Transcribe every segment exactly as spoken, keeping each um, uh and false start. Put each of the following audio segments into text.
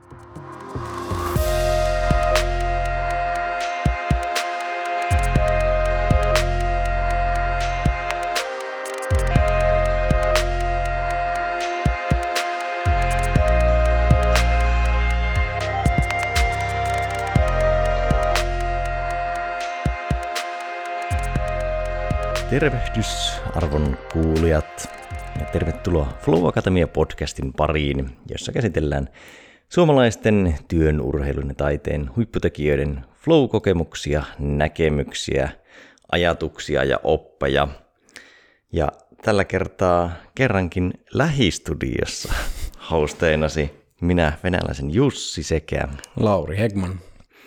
Tervehdys arvon kuulijat ja tervetuloa Flow Akatemia podcastin pariin, jossa käsitellään suomalaisten työn, urheilun ja taiteen huipputekijöiden flow-kokemuksia, näkemyksiä, ajatuksia ja oppeja. Ja tällä kertaa kerrankin lähistudiossa hosteinasi minä, venäläisen Jussi sekä Lauri Hegman.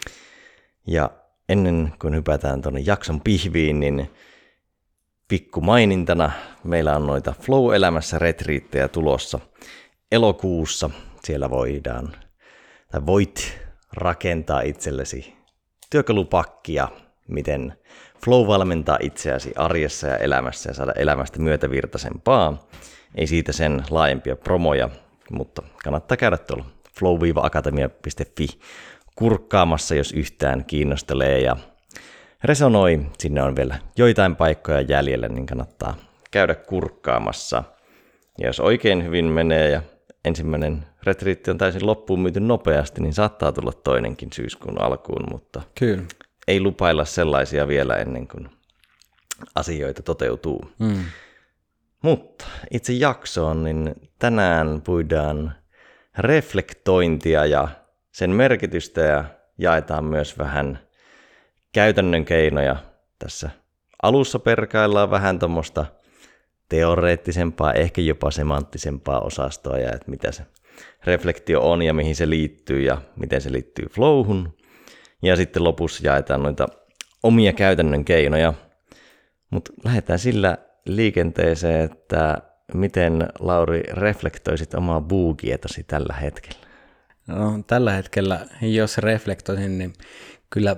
Ja ennen kuin hypätään tuonne jakson pihviin, niin pikku mainintana meillä on noita Flow-elämässä retriittejä tulossa elokuussa. Siellä voidaan, tai voit rakentaa itsellesi työkalupakkia, miten Flow valmentaa itseäsi arjessa ja elämässä ja saada elämästä myötävirtaisempaa. Ei siitä sen laajempia promoja, mutta kannattaa käydä tuolla flow akatemia piste fi kurkkaamassa, jos yhtään kiinnostelee ja resonoi. Sinne on vielä joitain paikkoja jäljellä, niin kannattaa käydä kurkkaamassa. Ja jos oikein hyvin menee ja ensimmäinen retriitti on täysin loppuun myyty nopeasti, niin saattaa tulla toinenkin syyskuun alkuun, mutta Kyllä. ei lupailla sellaisia vielä ennen kuin asioita toteutuu. Mm. Mutta itse jaksoon, niin tänään puidaan reflektointia ja sen merkitystä ja jaetaan myös vähän käytännön keinoja. Tässä alussa perkaillaan vähän tuommoista teoreettisempaa, ehkä jopa semanttisempaa osastoa ja että mitä se reflektio on ja mihin se liittyy ja miten se liittyy flowhun. Ja sitten lopussa jaetaan noita omia käytännön keinoja. Mutta lähdetään sillä liikenteeseen, että miten Lauri reflektoisit omaa boogietasi tällä hetkellä? No, tällä hetkellä, jos reflektoisin, niin kyllä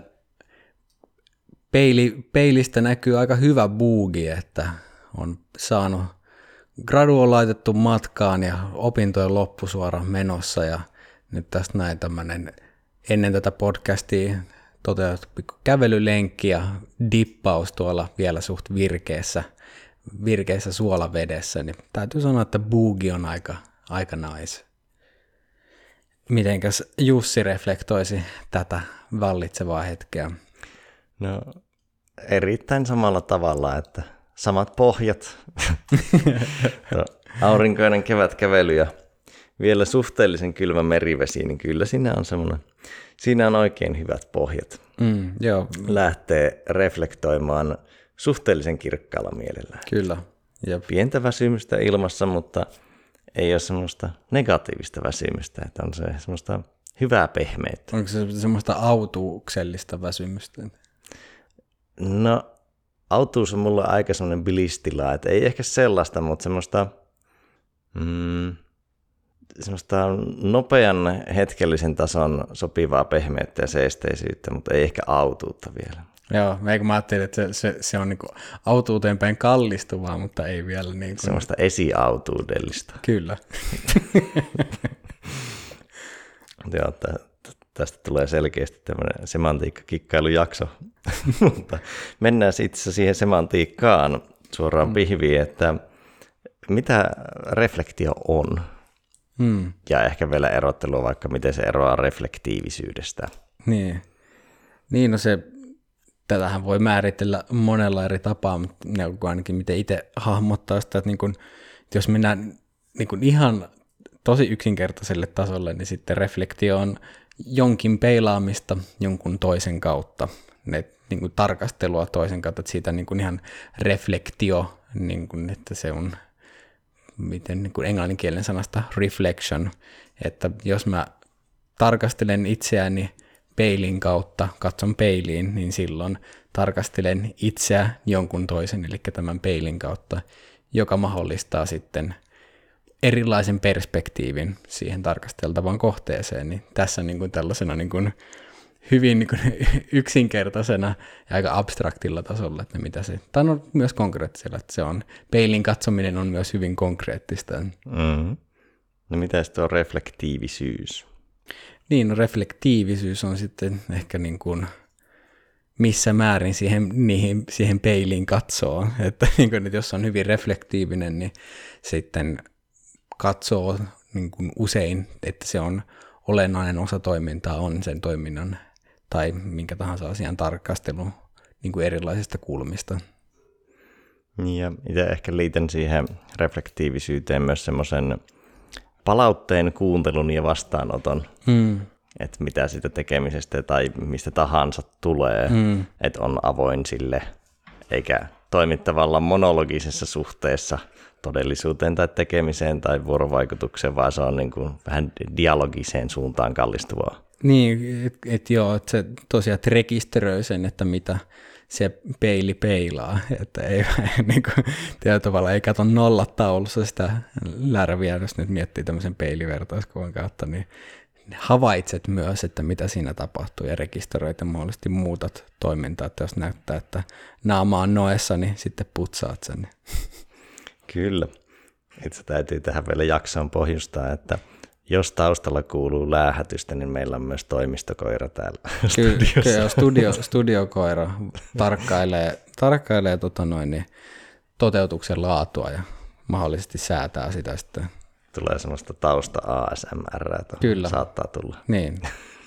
peili, peilistä näkyy aika hyvä boogi, että on saanut graduon laitettu matkaan ja opintojen loppusuora menossa ja nyt tästä näin tämmöinen ennen tätä podcastia toteutettu pikku kävelylenkki ja dippaus tuolla vielä suht virkeässä, virkeässä suolavedessä, niin täytyy sanoa, että boogi on aika, aika nice. Mitenkäs Jussi reflektoisi tätä vallitsevaa hetkeä? No erittäin samalla tavalla, että samat pohjat, aurinkoinen kevätkävely ja vielä suhteellisen kylmä merivesi, niin kyllä siinä on semmoinen, siinä on oikein hyvät pohjat. Mm, joo. Lähtee reflektoimaan suhteellisen kirkkaalla mielellä. Kyllä. Jep. Pientä väsymystä ilmassa, mutta ei ole semmoista negatiivista väsymystä, että on se semmoista hyvää pehmeyttä. Onko se semmoista autuuksellista väsymystä? No, autuus on mulla aika semmoinen bilistila, että ei ehkä sellaista, mutta semmoista, mm, semmoista nopean hetkellisen tason sopivaa pehmeyttä ja seesteisyyttä, mutta ei ehkä autuutta vielä. Joo, eikö mä ajattelin, että se, se, se on niinku autuuteen päin kallistuvaa, mutta ei vielä niin kuin semmoista esiautuudellista. Kyllä. Joo, tästä tulee selkeästi tämmöinen semantiikka-kikkailujakso, mutta mennään itse siihen semantiikkaan suoraan pihviin, että mitä reflektio on, hmm. ja ehkä vielä erottelua vaikka miten se eroaa reflektiivisyydestä. Niin, niin no se, tätähän voi määritellä monella eri tapaa, mutta ainakin miten itse hahmottaa sitä, että niin kun, jos mennään niin kun ihan tosi yksinkertaiselle tasolle, niin sitten reflektio on jonkin peilaamista jonkun toisen kautta, ne, niin kuin tarkastelua toisen kautta, että siitä niin kuin ihan reflektio, niin kuin, että se on miten niin kuin englanninkielen sanasta reflection, että jos mä tarkastelen itseäni peilin kautta, katson peiliin, niin silloin tarkastelen itseä jonkun toisen, eli tämän peilin kautta, joka mahdollistaa sitten erilaisen perspektiivin siihen tarkasteltavaan kohteeseen, niin tässä niin kuin tällaisena niin kuin hyvin niin kuin yksinkertaisena ja aika abstraktilla tasolla, että mitä se, tai on myös konkreettisella, että se on, peilin katsominen on myös hyvin konkreettista. Mm-hmm. No mitä tuo reflektiivisyys? Niin, no reflektiivisyys on sitten ehkä niin kuin missä määrin siihen, niihin, siihen peiliin katsoo. Että, niin kuin, että jos on hyvin reflektiivinen, niin sitten katsoo niin kuin usein, että se on olennainen osa toimintaa, on sen toiminnan tai minkä tahansa asian tarkastelu niin kuin erilaisista kulmista. Ja itse ehkä liitän siihen reflektiivisyyteen myös semmoisen palautteen kuuntelun ja vastaanoton, mm. että mitä siitä tekemisestä tai mistä tahansa tulee, mm. että on avoin sille, eikä toimi tavallaan monologisessa suhteessa todellisuuteen tai tekemiseen tai vuorovaikutukseen, vaan se on niin kuin vähän dialogiseen suuntaan kallistuvaa. Niin, että et joo, että se tosiaan et rekisteröi sen, että mitä se peili peilaa, että ei niin kuin, tietyllä tavalla ei katso nollataulussa sitä lärviä, jos nyt miettii tämmöisen peilivertauskuvan kautta, niin havaitset myös, että mitä siinä tapahtuu ja rekisteröit ja mahdollisesti muutat toimintaa, että jos näyttää, että naama on noessa, niin sitten putsaat sen. Kyllä. Itse täytyy tähän vielä jaksoon pohjustaa, että jos taustalla kuuluu läähätystä, niin meillä on myös toimistokoira täällä Kyllä, studiossa. kyllä studio, studiokoira tarkkailee, tarkkailee tota noin, niin toteutuksen laatua ja mahdollisesti säätää sitä sitten. Tulee semmoista tausta A S M R, Kyllä. Saattaa tulla. Niin.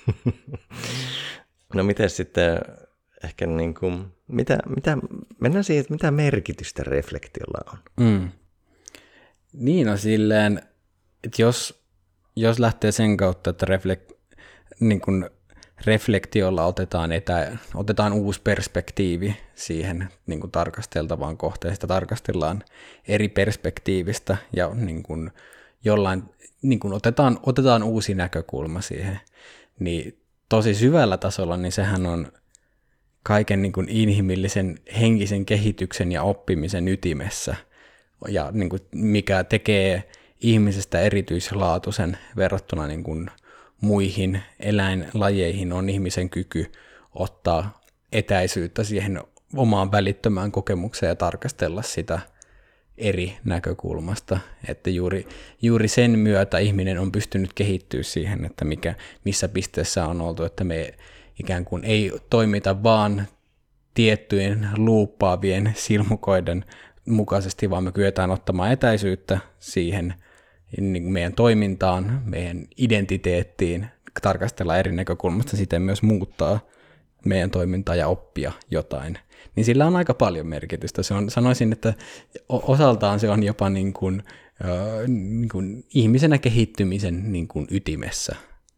No miten sitten ehkä niin kuin, mitä, mitä, mennään siihen, että mitä merkitystä reflektiolla on? Mm. Niin on silleen, että jos, jos lähtee sen kautta, että reflek, niin kuin reflektiolla otetaan, etä, otetaan uusi perspektiivi siihen niin kuin tarkasteltavaan kohteen, sitä tarkastellaan eri perspektiivistä ja niin kuin jollain, niin kuin otetaan, otetaan uusi näkökulma siihen, niin tosi syvällä tasolla, niin sehän on kaiken niin kuin inhimillisen henkisen kehityksen ja oppimisen ytimessä, ja niin kuin mikä tekee ihmisestä erityislaatuisen verrattuna niin kuin muihin eläinlajeihin on ihmisen kyky ottaa etäisyyttä siihen omaan välittömään kokemukseen ja tarkastella sitä eri näkökulmasta, että juuri, juuri sen myötä ihminen on pystynyt kehittyä siihen, että mikä, missä pisteessä on oltu, että me ikään kuin ei toimita vaan tiettyjen luuppaavien silmukoiden mukaisesti, vaan me kyetään ottamaan etäisyyttä siihen niin meidän toimintaan, meidän identiteettiin, tarkastella eri näkökulmasta, siten myös muuttaa meidän toimintaa ja oppia jotain. Niin sillä on aika paljon merkitystä. Se on, sanoisin, että osaltaan se on jopa niin kuin, äh, niin kuin ihmisenä kehittymisen niin kuin ytimessä.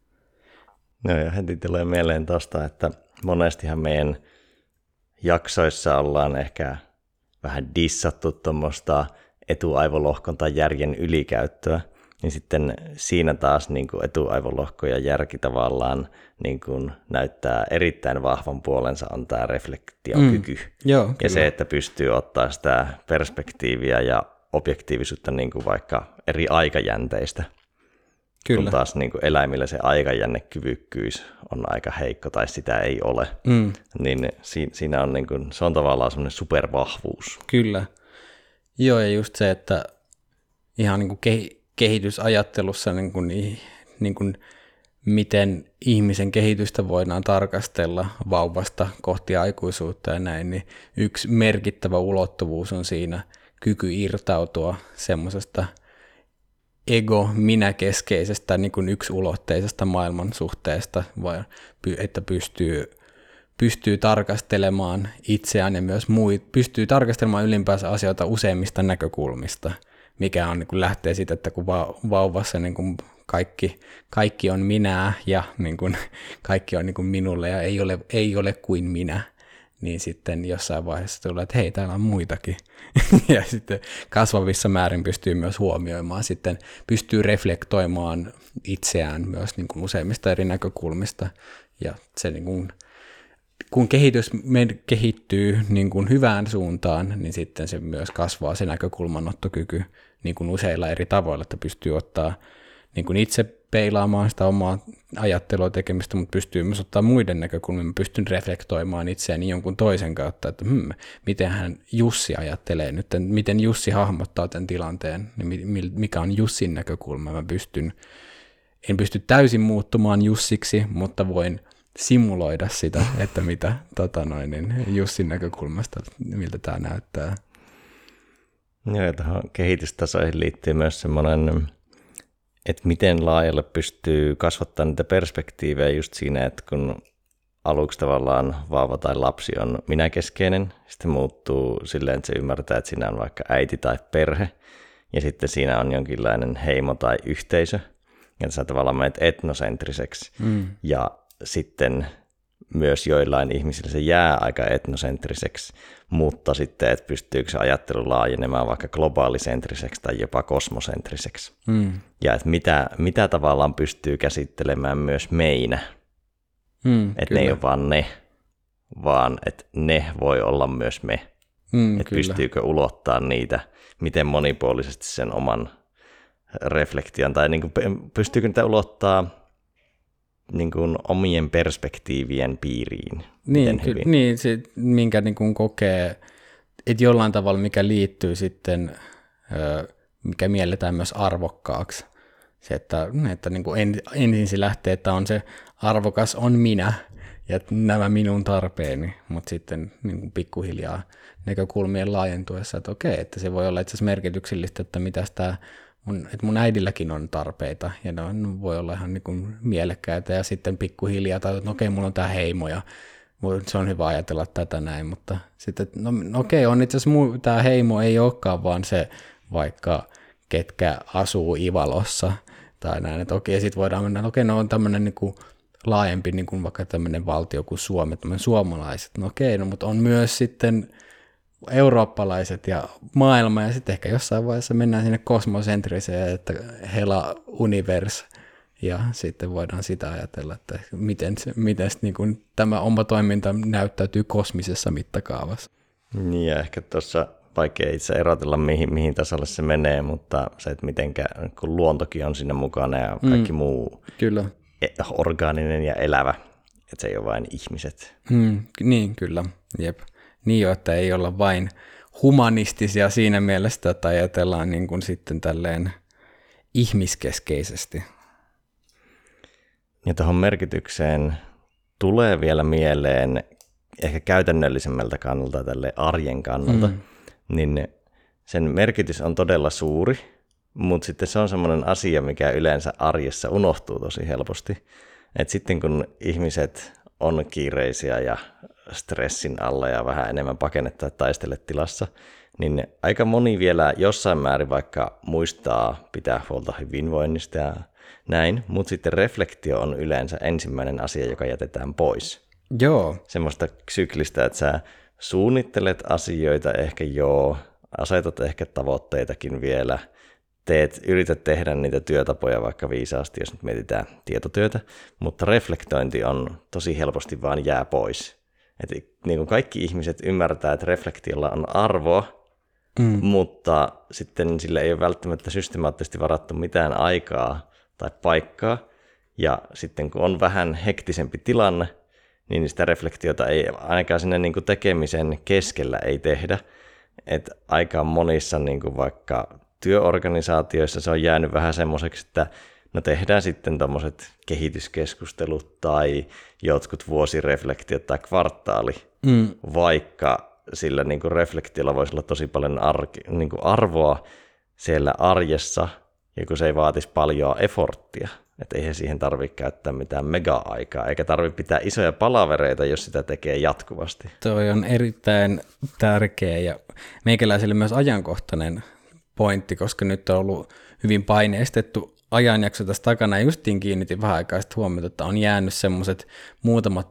No ja heti tulee mieleen tuosta, että monestihan meidän jaksoissa ollaan ehkä vähän dissattu tuommoista etuaivolohkon tai järjen ylikäyttöä, niin sitten siinä taas niin kuin etuaivolohko ja järki tavallaan niin kuin näyttää erittäin vahvan puolensa on tämä reflektiokyky. Mm, joo, ja se, että pystyy ottaa sitä perspektiiviä ja objektiivisuutta niin kuin vaikka eri aikajänteistä. Kyllä. Kun taas niin kuin eläimillä se aikajännekyvykkyys on aika heikko tai sitä ei ole, mm. niin siinä on, niin kuin, se on tavallaan semmoinen supervahvuus. Kyllä. Joo, ja just se, että ihan niin kuin kehitysajattelussa, niin kuin, niin kuin, miten ihmisen kehitystä voidaan tarkastella vauvasta kohti aikuisuutta ja näin, niin yksi merkittävä ulottuvuus on siinä kyky irtautua semmoisesta ego-minä-keskeisestä niin kuin yksiulotteisesta maailmansuhteesta, vai että pystyy, pystyy tarkastelemaan itseään ja myös muut, pystyy tarkastelemaan ylipäänsä asioita useimmista näkökulmista, mikä on, niin kuin lähtee siitä, että kun vauvassa niin kuin kaikki, kaikki on minä ja niin kuin kaikki on niin kuin minulle ja ei ole, ei ole kuin minä, niin sitten jossain vaiheessa tulee, että hei, täällä on muitakin. Ja sitten kasvavissa määrin pystyy myös huomioimaan, sitten pystyy reflektoimaan itseään myös niin kuin useimmista eri näkökulmista. Ja se niin kuin, kun kehitys kehittyy niin kuin hyvään suuntaan, niin sitten se myös kasvaa se näkökulmanottokyky niin kuin useilla eri tavoilla, että pystyy ottaa niin kuin itse peilaamaan sitä omaa ajattelua tekemistä, mutta pystyy myös ottaa muiden näkökulmia. Mä pystyn reflektoimaan itseäni jonkun toisen kautta, että hmm, miten hän Jussi ajattelee nyt, miten Jussi hahmottaa tämän tilanteen, niin mikä on Jussin näkökulma. Mä pystyn en pysty täysin muuttumaan Jussiksi, mutta voin simuloida sitä, että mitä tota noin, niin Jussin näkökulmasta, miltä tämä näyttää. Joo, ja tuohon kehitystasoihin liittyy myös semmoinen, että miten laajalle pystyy kasvattamaan niitä perspektiivejä just siinä, että kun aluksi tavallaan vauva tai lapsi on minäkeskeinen, sitten muuttuu silleen, että se ymmärtää, että siinä on vaikka äiti tai perhe, ja sitten siinä on jonkinlainen heimo tai yhteisö, ja sä tavallaan menet etnosentriseksi, mm. ja sitten myös joillain ihmisillä se jää aika etnosentriseksi, mutta sitten, että pystyykö se ajattelu laajenemaan vaikka globaalisentriseksi tai jopa kosmosentriseksi. Mm. Ja että mitä, mitä tavallaan pystyy käsittelemään myös meinä. Mm, että ne ei ole vaan ne, vaan että ne voi olla myös me. Mm, että pystyykö ulottaa niitä, miten monipuolisesti sen oman reflektion, tai niin kuin, pystyykö niitä ulottaa niin kuin omien perspektiivien piiriin. Niin, ky- niin se, minkä niin kuin kokee, että jollain tavalla mikä liittyy sitten, mikä mielletään myös arvokkaaksi. Se, että, että niin kuin en, ensin se lähtee, että on se arvokas on minä ja nämä minun tarpeeni, mutta sitten niin kuin pikkuhiljaa näkökulmien laajentuessa, että okei, että se voi olla itse asiassa merkityksellistä, että mitäs tämä mun, että mun äidilläkin on tarpeita ja ne on, voi olla ihan niin kuin mielekkäitä ja sitten pikkuhiljaa, tai että no okei, mulla on tämä heimo ja se on hyvä ajatella tätä näin, mutta sitten, no, no okei, on itse asiassa tämä heimo ei olekaan vaan se vaikka ketkä asuu Ivalossa tai näin, että okei, sitten voidaan mennä, että okei, no on tämmöinen niin kuin laajempi niin kuin vaikka tämmöinen valtio kuin Suomi, tämmöinen suomalaiset, no okei, no mutta on myös sitten eurooppalaiset ja maailma, ja sitten ehkä jossain vaiheessa mennään sinne kosmosentriseen, että Hela Univers, ja sitten voidaan sitä ajatella, että miten, se, miten niin kuin tämä oma toiminta näyttäytyy kosmisessa mittakaavassa. Niin, ja ehkä tuossa vaikea itse erotella, mihin, mihin tasolle se menee, mutta se, että mitenkä, kun luontokin on siinä mukana ja kaikki mm, muu kyllä. orgaaninen ja elävä, että se ei ole vain ihmiset. Mm, niin, kyllä, jep. Niin jo, että ei olla vain humanistisia siinä mielessä, että ajatellaan niin kuin sitten tälleen ihmiskeskeisesti. Ja tuohon merkitykseen tulee vielä mieleen ehkä käytännöllisemmältä kannalta, tälle arjen kannalta, mm. niin sen merkitys on todella suuri, mutta sitten se on semmoinen asia, mikä yleensä arjessa unohtuu tosi helposti. Et sitten kun ihmiset on kiireisiä ja stressin alla ja vähän enemmän pakennetta taisteletilassa, niin aika moni vielä jossain määrin vaikka muistaa pitää huolta hyvinvoinnista ja näin, mutta sitten reflektio on yleensä ensimmäinen asia, joka jätetään pois. Joo. Semmoista syklistä, että sä suunnittelet asioita ehkä joo, asetat ehkä tavoitteitakin vielä, teet, yrität tehdä niitä työtapoja vaikka viisaasti, jos nyt mietitään tietotyötä, mutta reflektointi on tosi helposti vaan jää pois. Et niin kuin kaikki ihmiset ymmärtää, että reflektiolla on arvoa, mm. mutta sitten sillä ei ole välttämättä systemaattisesti varattu mitään aikaa tai paikkaa, ja sitten kun on vähän hektisempi tilanne, niin sitä reflektiota ei ainakaan sinne niin kuin tekemisen keskellä ei tehdä. Et aika monissa niin kuin vaikka työorganisaatioissa se on jäänyt vähän semmoiseksi, että no tehdään sitten tommoset kehityskeskustelut tai jotkut vuosireflektiot tai kvartaali, mm. vaikka sillä niin kuin reflektiolla voisi olla tosi paljon arki, niin kuin arvoa siellä arjessa, ja kun se ei vaatisi paljon efforttia, että eihän siihen tarvitse käyttää mitään mega-aikaa, eikä tarvitse pitää isoja palavereita, jos sitä tekee jatkuvasti. Toi on erittäin tärkeä ja meikäläiselle myös ajankohtainen pointti, koska nyt on ollut hyvin paineistettu ajanjakso tässä takana, ja justiin kiinnitin vähän aikaa sitten huomiota, että on jäänyt semmoiset muutamat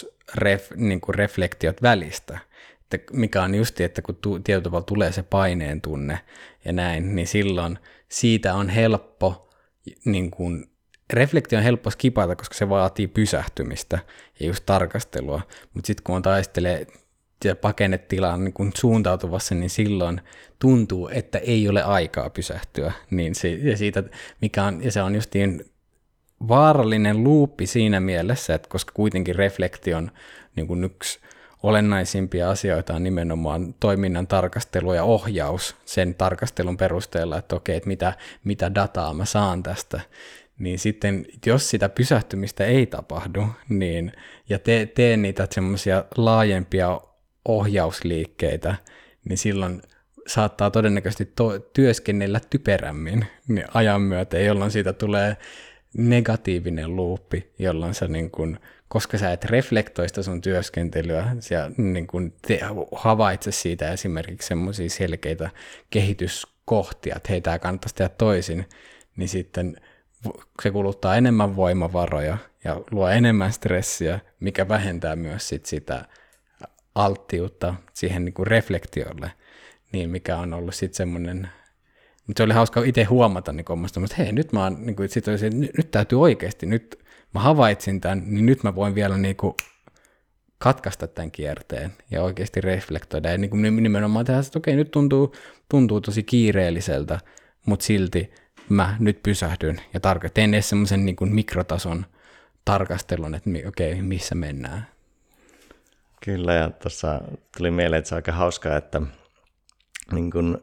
perusreflektiot niin välistä, että mikä on justi, että kun tu- tietyllä tavalla tulee se paineen tunne ja näin, niin silloin siitä on helppo, niin kuin, reflektio on helppo skipata, koska se vaatii pysähtymistä ja just tarkastelua, mutta sitten kun on taistelee pakennetilaan niin kun suuntautuvassa, niin silloin tuntuu, että ei ole aikaa pysähtyä. Niin se, ja, siitä, mikä on, ja se on justiin vaarallinen luuppi siinä mielessä, että koska kuitenkin reflektion niin kun yksi olennaisimpia asioita on nimenomaan toiminnan tarkastelu ja ohjaus sen tarkastelun perusteella, että okei, että mitä, mitä dataa mä saan tästä, niin sitten jos sitä pysähtymistä ei tapahdu, niin, ja te, tee niitä semmoisia laajempia ohjausliikkeitä, niin silloin saattaa todennäköisesti to- työskennellä typerämmin niin ajan myötä, jolloin siitä tulee negatiivinen luuppi, jolloin sä niin kun, koska sä et reflektoi sitä sun työskentelyä, sä niin kun te, havaitse siitä esimerkiksi semmoisia selkeitä kehityskohtia, että hei, tää kannattaisi tehdä toisin, niin sitten se kuluttaa enemmän voimavaroja ja luo enemmän stressiä, mikä vähentää myös sit sitä alttiutta siihen niin kuin reflektiolle, niin mikä on ollut sitten semmoinen, mutta se oli hauska itse huomata, niin omasta, että hei, nyt mä oon, niin kuin, sit oli se, että nyt, nyt täytyy oikeasti, nyt mä havaitsin tämän, niin nyt mä voin vielä niin kuin katkaista tämän kierteen ja oikeasti reflektoida ja niin kuin nimenomaan tehdä, että okei, nyt tuntuu, tuntuu tosi kiireelliseltä, mutta silti mä nyt pysähdyn ja tark- teen edes semmoisen niin kuin mikrotason tarkastelun, että okei, missä mennään. Kyllä, ja tuossa tuli mieleen, että se on aika hauskaa, että niin kun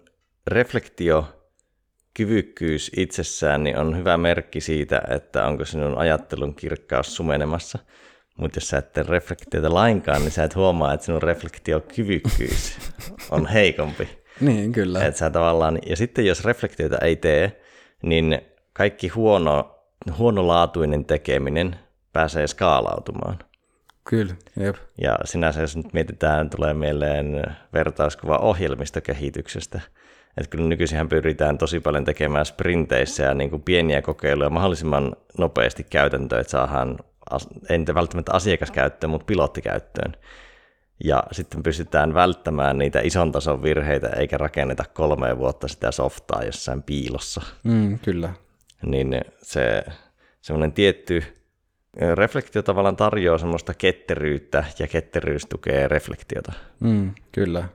reflektiokyvykkyys itsessään niin on hyvä merkki siitä, että onko sinun ajattelun kirkkaus sumenemassa. Mutta jos sä et tee reflektiota lainkaan, niin sä et huomaa, että sinun reflektiokyvykkyys on heikompi. Niin, kyllä. Et sä tavallaan, ja sitten jos reflektiota ei tee, niin kaikki huono, huonolaatuinen tekeminen pääsee skaalautumaan. Kyllä, jep. Ja sinänsä, jos nyt mietitään, tulee mieleen vertauskuva ohjelmistokehityksestä. Että kyllä nykyisinhän pyritään tosi paljon tekemään sprinteissä ja niin kuin pieniä kokeiluja mahdollisimman nopeasti käytäntöön, että saadaan, ei niitä välttämättä asiakaskäyttöön, mutta pilottikäyttöön. Ja sitten pystytään välttämään niitä ison tason virheitä, eikä rakenneta kolme vuotta sitä softaa jossain piilossa. Mm, kyllä. Niin se semmoinen tietty reflektio tavallaan tarjoaa semmoista ketteryyttä, ja ketteryys tukee reflektiota. Mm, kyllä.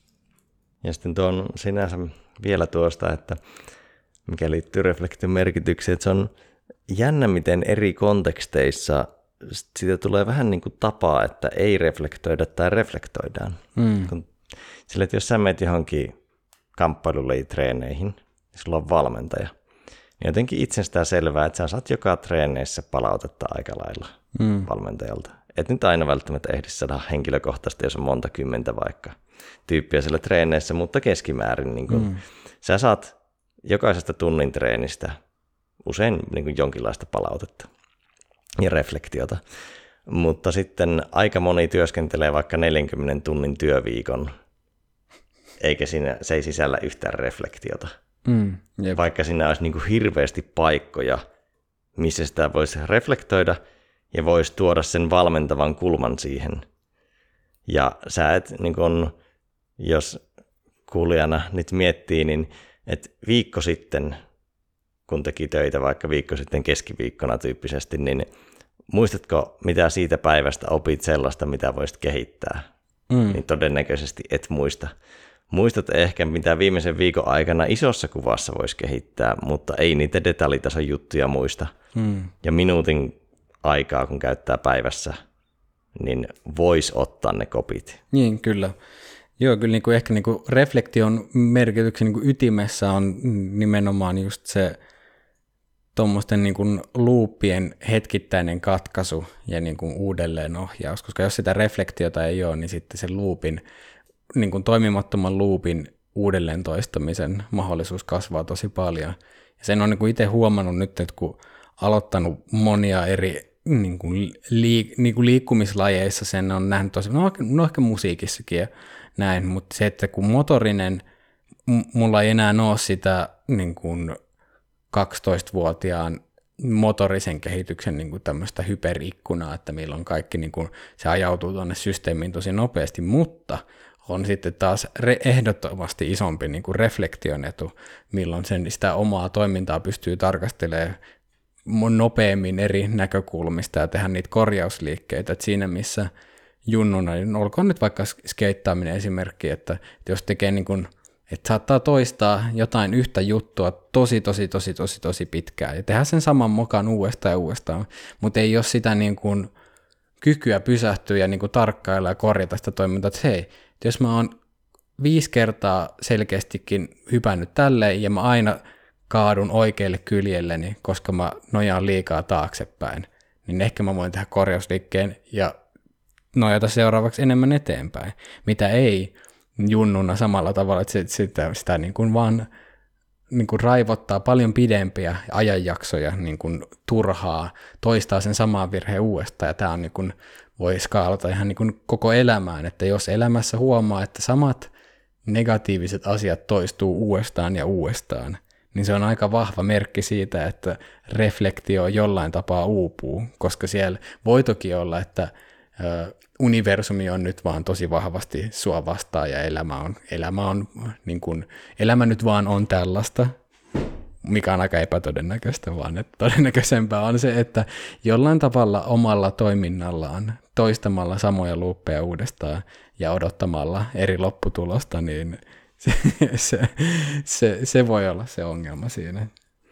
Ja sitten tuon sinänsä vielä tuosta, että mikä liittyy reflektion merkitykseen, että se on jännä, miten eri konteksteissa siitä tulee vähän niin kuin tapaa, että ei reflektoida tai reflektoidaan. Mm. Sillä, että jos sä menet johonkin kamppailulejitreeneihin, niin sulla on valmentaja, niin jotenkin itsestään selvää, että sä saat joka treeneissä palautetta aika lailla mm. valmentajalta. Et nyt aina välttämättä ehdi saada henkilökohtaisesti, jos on monta kymmentä vaikka tyyppiä siellä treeneissä, mutta keskimäärin niin kun mm. sä saat jokaisesta tunnin treenistä usein niin kun jonkinlaista palautetta ja reflektiota. Mutta sitten aika moni työskentelee vaikka neljänkymmenen tunnin työviikon, eikä siinä, se ei sisällä yhtään reflektiota. Mm, vaikka siinä olisi niin kuin hirveästi paikkoja, missä sitä voisi reflektoida ja voisi tuoda sen valmentavan kulman siihen. Ja sä et, niin kuin, jos kuulijana nyt miettii, niin että viikko sitten, kun teki töitä vaikka viikko sitten keskiviikkona tyyppisesti, niin muistatko, mitä siitä päivästä opit sellaista, mitä voisit kehittää? Mm. Niin todennäköisesti et muista. Muistat ehkä, mitä viimeisen viikon aikana isossa kuvassa voisi kehittää, mutta ei niitä detaljitason juttuja muista. Mm. Ja minuutin aikaa, kun käyttää päivässä, niin voisi ottaa ne kopit. Niin, kyllä. Joo, kyllä niin kuin ehkä niin kuin reflektion merkityksen niin kuin ytimessä on nimenomaan just se tuommoisten niin kuin loopien hetkittäinen katkaisu ja niin kuin uudelleenohjaus, koska jos sitä reflektiota ei ole, niin sitten se loopin, niin kuin toimimattoman loopin uudelleen toistamisen mahdollisuus kasvaa tosi paljon. Ja sen on niin kuin itse huomannut nyt, että kun aloittanut monia eri niin kuin liik- niin kuin liikkumislajeissa, sen on nähnyt tosi, no, no ehkä musiikissakin ja näin, mutta se, että kun motorinen, m- mulla ei enää ole sitä niin kuin kaksitoistavuotiaan motorisen kehityksen niin kuin tämmöistä hyperikkunaa, että milloin kaikki niin kuin, se ajautuu tuonne systeemiin tosi nopeasti, mutta on sitten taas re- ehdottomasti isompi niin kuin reflektion etu, milloin sen, sitä omaa toimintaa pystyy tarkastelemaan nopeammin eri näkökulmista ja tehdä niitä korjausliikkeitä. Että siinä missä junnuna, niin olkoon nyt vaikka skeittaaminen esimerkki, että, että jos tekee niin kuin, että saattaa toistaa jotain yhtä juttua tosi, tosi, tosi, tosi, tosi pitkään ja tehdä sen saman mokan uudestaan ja uudestaan, mutta ei ole sitä niin kuin kykyä pysähtyä ja niin kuin tarkkailla ja korjata sitä toimintaa, että hei, että jos mä oon viisi kertaa selkeästikin hypännyt tälleen ja mä aina kaadun oikeille kyljelleni, koska mä nojaan liikaa taaksepäin, niin ehkä mä voin tehdä korjausliikkeen ja nojata seuraavaksi enemmän eteenpäin, mitä ei junnuna samalla tavalla, että sitä, sitä, sitä niin kuin vaan niin kuin raivottaa paljon pidempiä ajanjaksoja niin kuin turhaa, toistaa sen saman virheen uudestaan, ja tämä on niin kuin, voi skaalata ihan niin kuin koko elämään, että jos elämässä huomaa, että samat negatiiviset asiat toistuu uudestaan ja uudestaan, niin se on aika vahva merkki siitä, että reflektio jollain tapaa uupuu, koska siellä voi toki olla, että ö, universumi on nyt vaan tosi vahvasti sua vastaan ja elämä on, elämä on niin kuin, elämä nyt vaan on tällaista, mikä on aika epätodennäköistä, vaan että todennäköisempää on se, että jollain tavalla omalla toiminnallaan, toistamalla samoja luuppeja uudestaan ja odottamalla eri lopputulosta, niin se, se, se, se voi olla se ongelma siinä.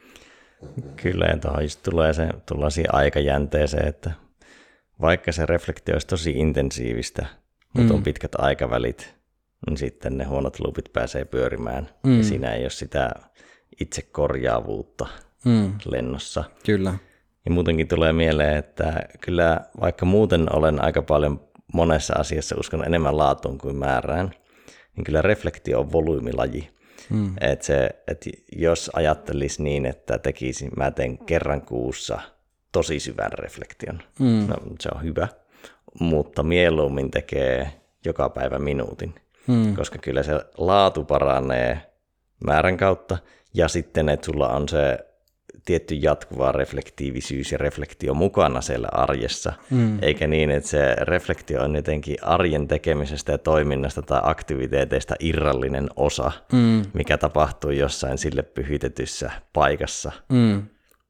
Kyllä, ja tuohon just tulee se, tullaan siihen aikajänteeseen, että vaikka se reflektio olisi tosi intensiivistä, mutta mm. on pitkät aikavälit, niin sitten ne huonot loopit pääsee pyörimään, mm. ja siinä ei ole sitä itsekorjaavuutta mm. lennossa. Kyllä. Ja muutenkin tulee mieleen, että kyllä vaikka muuten olen aika paljon monessa asiassa uskon enemmän laatuun kuin määrään, niin kyllä reflektio on volyymilaji. Mm. Että se, että jos ajattelisi niin, että tekisin, mä teen kerran kuussa tosi syvän reflektion, mm. no se on hyvä, mutta mieluummin tekee joka päivä minuutin, mm. koska kyllä se laatu paranee määrän kautta, ja sitten, että sulla on se tietty jatkuva reflektiivisyys ja reflektio mukana siellä arjessa, mm. eikä niin, että se reflektio on jotenkin arjen tekemisestä ja toiminnasta tai aktiviteeteista irrallinen osa, mm. mikä tapahtuu jossain sille pyhitetyssä paikassa, mm.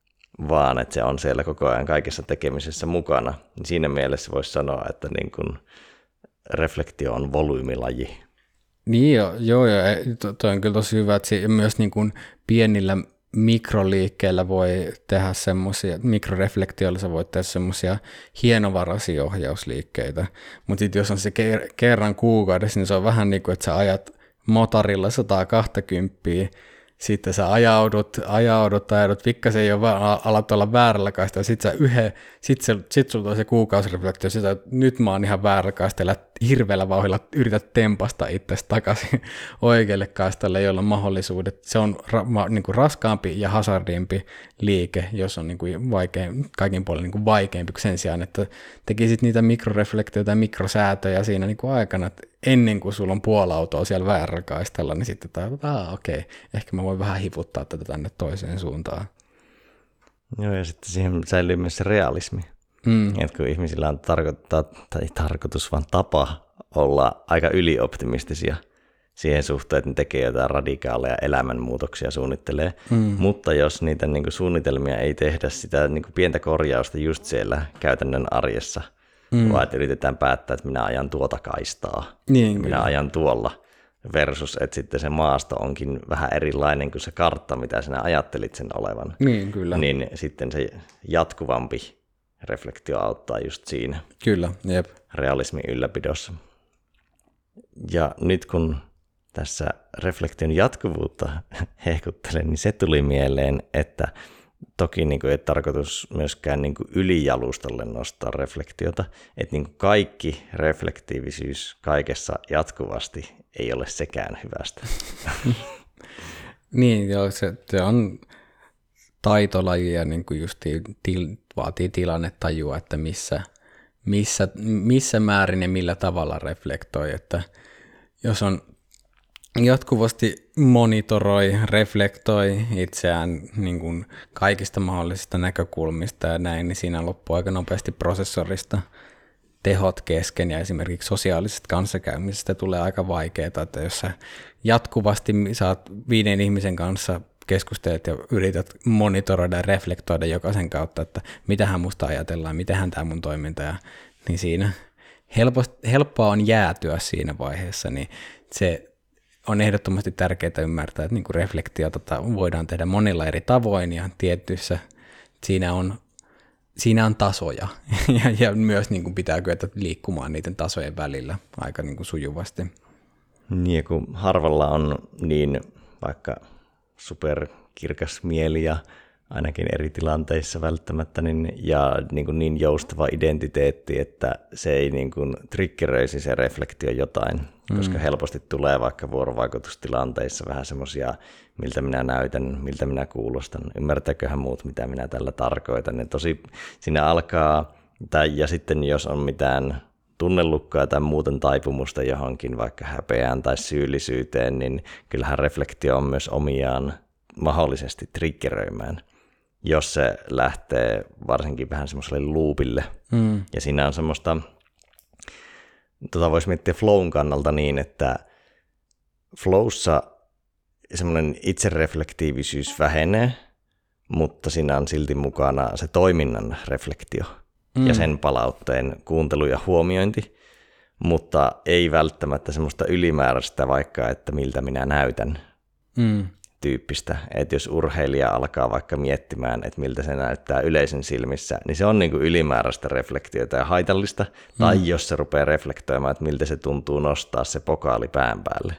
vaan että se on siellä koko ajan kaikessa tekemisessä mukana. Siinä mielessä voisi sanoa, että niin kuin reflektio on volyymilaji. Niin joo, joo, joo. Toi on kyllä tosi hyvä, että myös niin kuin pienillä mikroliikkeellä voi tehdä semmoisia, mikroreflektioilla sä voit tehdä semmoisia hienovaraisia ohjausliikkeitä, mutta sitten jos on se ker- kerran kuukaudessa, niin se on vähän niin kuin, että sä ajat motorilla sata kaksikymmentä, sitten sä ajaudut, ajaudut, ajaudut, pikkasen jo alat olla väärällä kaistalla, sitten sä yhden, sitten se, sit sulla on se kuukausireflektio, sitä, että nyt mä oon ihan väärällä kaistalla, hirveällä vauhdilla yrität tempasta itsestä takaisin oikealle kaistalle, jolla on mahdollisuudet. Se on ra, ma, niin kuin raskaampi ja hazardimpi liike, jos on niin kuin vaikein, kaikin puolin niin kuin vaikeampi sen sijaan, että tekisit niitä mikroreflektioita ja mikrosäätöjä siinä niin kuin aikana, että ennen kuin sulla on puoli autoa siellä väärällä kaistalla, niin sitten tajut, että okei, ehkä mä voin vähän hivuttaa tätä tänne toiseen suuntaan. Joo, ja sitten siihen säilyy myös se realismi. Mm. Että kun ihmisillä on tarkoittaa, tai tarkoitus, vaan tapa olla aika ylioptimistisia siihen suhteen, että ne tekee jotain radikaaleja elämänmuutoksia, suunnittelee. Mm. Mutta jos niitä niin kuin suunnitelmia ei tehdä sitä niin kuin pientä korjausta just siellä käytännön arjessa, mm. vaan että yritetään päättää, että minä ajan tuota kaistaa, niin, minä kyllä. ajan tuolla, versus että sitten se maasto onkin vähän erilainen kuin se kartta, mitä sinä ajattelit sen olevan. Niin, kyllä. Niin sitten se jatkuvampi reflektio auttaa just siinä. Kyllä, jep. Realismin ylläpidossa. Ja nyt kun tässä reflektion jatkuvuutta hehkuttelen, niin se tuli mieleen, että toki niin kuin ei tarkoitus myöskään niin kuin ylijalustalle nostaa reflektiota, että niin kuin kaikki reflektiivisyys kaikessa jatkuvasti ei ole sekään hyvästä. Niin, joo, se, se on taitolaji ja niin kuin just til, vaatii tilannetajua, että missä, missä, missä määrin ja millä tavalla reflektoi, että jos on jatkuvasti monitoroi, reflektoi itseään niin kuin kaikista mahdollisista näkökulmista ja näin, niin siinä loppuu aika nopeasti prosessorista tehot kesken ja esimerkiksi sosiaalisesta kanssakäymisestä tulee aika vaikeaa, että jos sä jatkuvasti saat viiden ihmisen kanssa keskustelet ja yrität monitoroida ja reflektoida jokaisen kautta, että mitähän musta ajatellaan, mitenhän tämä mun toiminta, ja, niin siinä helposti, helppoa on jäätyä siinä vaiheessa, niin se on ehdottomasti tärkeää ymmärtää, että niin kuin reflektiota voidaan tehdä monilla eri tavoin ja tietyissä siinä on, siinä on tasoja ja, ja myös niin kuin pitää kyetä liikkumaan niiden tasojen välillä aika niin kuin sujuvasti. Niin, kun harvalla on niin vaikka super kirkas mieli ja ainakin eri tilanteissa välttämättä, niin, ja niin, kuin niin joustava identiteetti, että se ei niin kuin triggeröisi se reflektio jotain, mm. koska helposti tulee vaikka vuorovaikutustilanteissa vähän semmoisia, miltä minä näytän, miltä minä kuulostan, ymmärtääköhän muut, mitä minä tällä tarkoitan. Ja tosi siinä alkaa, tai, ja sitten jos on mitään tunnelukkaa tai muuten taipumusta johonkin, vaikka häpeään tai syyllisyyteen, niin kyllähän reflektio on myös omiaan mahdollisesti triggeröimään, jos se lähtee varsinkin vähän semmoiselle loopille. Mm. Ja siinä on semmoista, tota voisi miettiä flown kannalta niin, että flowssa semmoinen itsereflektiivisyys vähenee, mutta siinä on silti mukana se toiminnan reflektio mm. ja sen palautteen kuuntelu ja huomiointi, mutta ei välttämättä semmoista ylimääräistä vaikka, että miltä minä näytän. Mm. tyyppistä, että jos urheilija alkaa vaikka miettimään, että miltä se näyttää yleisön silmissä, niin se on niin kuin ylimääräistä reflektiota ja haitallista, mm. tai jos se rupeaa reflektoimaan, että miltä se tuntuu nostaa se pokaali pään päälle.